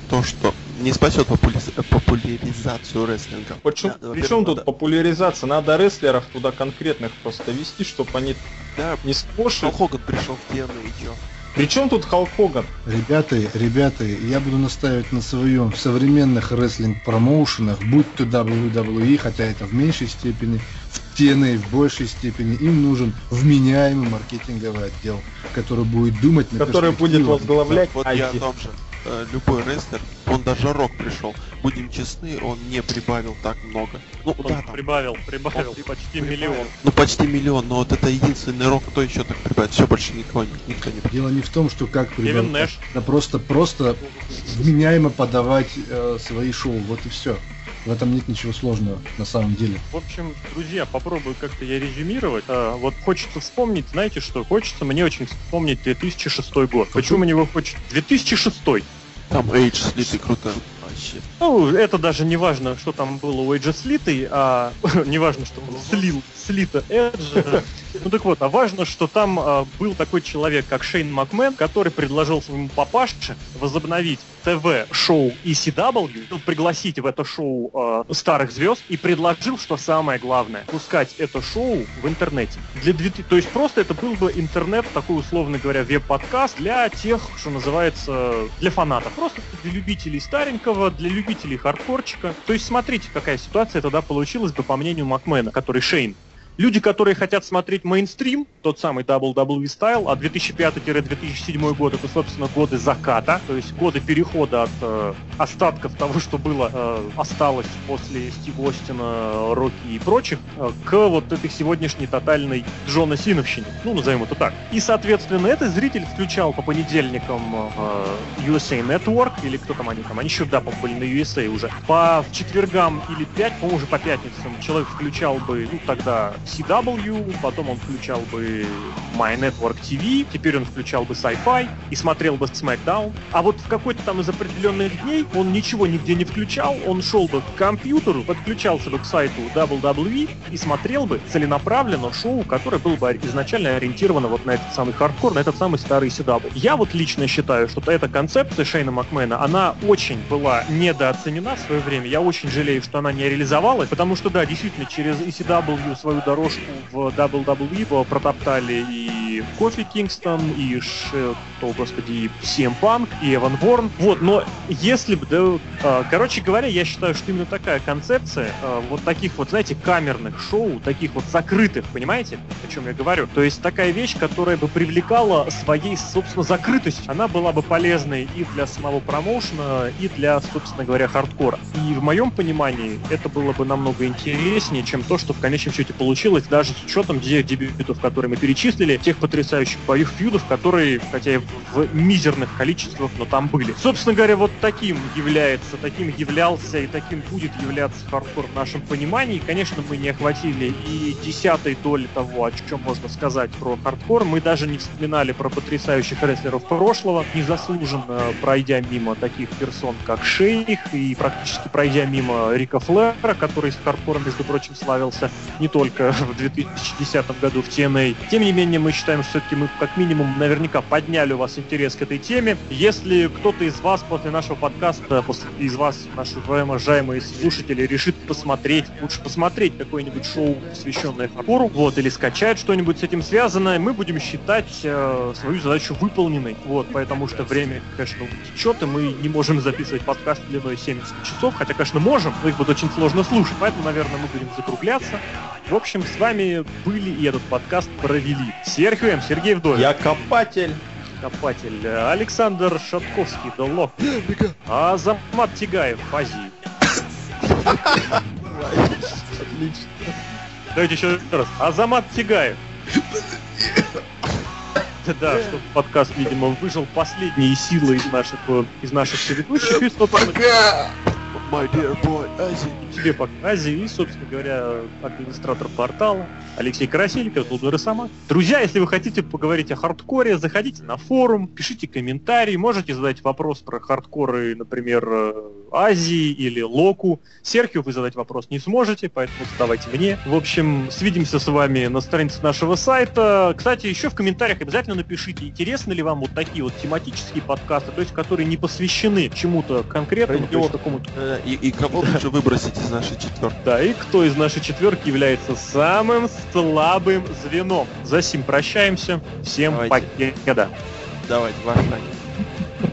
популяризацию рестлинга. Причем тут популяризация? Надо рестлеров туда конкретных просто вести, чтобы они не скошили. Халк Хоган пришел в TNA, и чё? Причем тут Халк Хоган? Ребята, я буду настаивать на своем. В современных рестлинг-промоушенах, будь то WWE, хотя это в меньшей степени, в TNA в большей степени, им нужен вменяемый маркетинговый отдел, который будет думать на который будет возглавлять Вот я о том же. Любой рестлер, он даже Рок пришел. Будем честны, он не прибавил так много. Ну Он да, там, прибавил почти миллион. ну почти миллион, но вот это единственный Рок, кто еще так прибавит, все больше никто не прибавит. Дело не в том, что как Кевин прибавить, Нэш. а просто вменяемо подавать свои шоу, вот и все. В этом нет ничего сложного, на самом деле. В общем, друзья, попробую как-то я резюмировать. Вот хочется вспомнить, знаете что? Хочется мне очень вспомнить 2006 год. Почему мне его хочется? 2006. Там Эйдж слитый круто. Вообще. Ну, это даже не важно, что там было у Эйджа слитый, а не важно, что он слито Эджа. Ну так вот, а важно, что там был такой человек, как Шейн Макмен, который предложил своему папаше возобновить ТВ-шоу ECW, пригласить в это шоу старых звезд и предложил, что самое главное, пускать это шоу в интернете. То есть просто это был бы интернет, такой, условно говоря, веб-подкаст для тех, что называется, для фанатов. Просто для любителей старенького, для любителей хардкорчика. То есть смотрите, какая ситуация тогда получилась бы, по мнению Макмена, который Шейн. Люди, которые хотят смотреть мейнстрим, тот самый WWE Style, а 2005-2007 год это, собственно, годы заката, то есть годы перехода от остатков того, что было, осталось после Стива Остина, Рокки и прочих, к вот этой сегодняшней тотальной Джона Синовщине, ну, назовем это так. И, соответственно, этот зритель включал по понедельникам USA Network, или кто там они еще, да, были на USA уже, по четвергам или по-моему, уже по пятницам человек включал бы, ну, тогда CW, потом он включал бы My Network TV, теперь он включал бы Sci-Fi и смотрел бы SmackDown. А вот в какой-то там из определенных дней он ничего нигде не включал, он шел бы к компьютеру, подключался бы к сайту WWE и смотрел бы целенаправленно шоу, которое было бы изначально ориентировано вот на этот самый хардкор, на этот самый старый CW. Я вот лично считаю, что эта концепция Шейна Макмена, она очень была недооценена в свое время. Я очень жалею, что она не реализовалась, потому что, да, действительно, через ECW свою дорожку в WWE протоптали и Кофи Кингстон, и CM Punk, и Эван Борн. Вот, но если бы, да, короче говоря, я считаю, что именно такая концепция вот таких вот, знаете, камерных шоу, таких вот закрытых, понимаете, о чем я говорю? То есть такая вещь, которая бы привлекала своей, собственно, закрытостью. Она была бы полезной и для самого промоушена, и для, собственно говоря, хардкора. И в моем понимании это было бы намного интереснее, чем то, что в конечном счете получилось, даже с учетом тех дебютов, которые мы перечислили, тех потрясающих боевых фьюдов, которые, хотя и в мизерных количествах, но там были. Собственно говоря, вот таким являлся и таким будет являться хардкор в нашем понимании. Конечно, мы не охватили и 10-й доли того, о чем можно сказать про хардкор. Мы даже не вспоминали про потрясающих рестлеров прошлого, незаслуженно пройдя мимо таких персон, как Шейх, и практически пройдя мимо Рика Флэра, который с хардкором, между прочим, славился не только в 2010 году в TNA. Тем не менее, мы считаем, что все-таки мы как минимум наверняка подняли у вас интерес к этой теме. Если кто-то из вас после нашего подкаста, из вас, наши уважаемые слушатели, решит лучше посмотреть какое-нибудь шоу, посвященное хардкору, вот, или скачать что-нибудь с этим связанное, мы будем считать свою задачу выполненной. Вот, потому что время, конечно, течет, и мы не можем записывать подкаст длиной 70 часов, хотя, конечно, можем, но их будет очень сложно слушать, поэтому, наверное, мы будем закругляться. В общем, с вами были и этот подкаст провели Серхио М. Сергей Вдовин. Я Копатель. Александр Шатковский, Доллок. Азамат Тигаев, Фази. Отлично. Давайте еще раз. Азамат Тигаев. Да, что подкаст, видимо, выжил последние силы из наших ведущих. И, my dear boy, Ази. Тебе пока Азии и, собственно говоря, администратор портала Алексей Карасильников, Клуб Росомах. Друзья, если вы хотите поговорить о хардкоре, заходите на форум, пишите комментарии, можете задать вопрос про хардкоры, например, Азии или Локу. Серхио вы задать вопрос не сможете, поэтому задавайте мне. В общем, свидимся с вами на странице нашего сайта. Кстати, еще в комментариях обязательно напишите, интересны ли вам вот такие вот тематические подкасты, то есть которые не посвящены чему-то конкретному, то есть какому-то... И кого лучше выбросить из нашей четверки? Да, и кто из нашей четверки является самым слабым звеном. За сим прощаемся. Всем Давайте. покеда. Давайте, ваш шаг.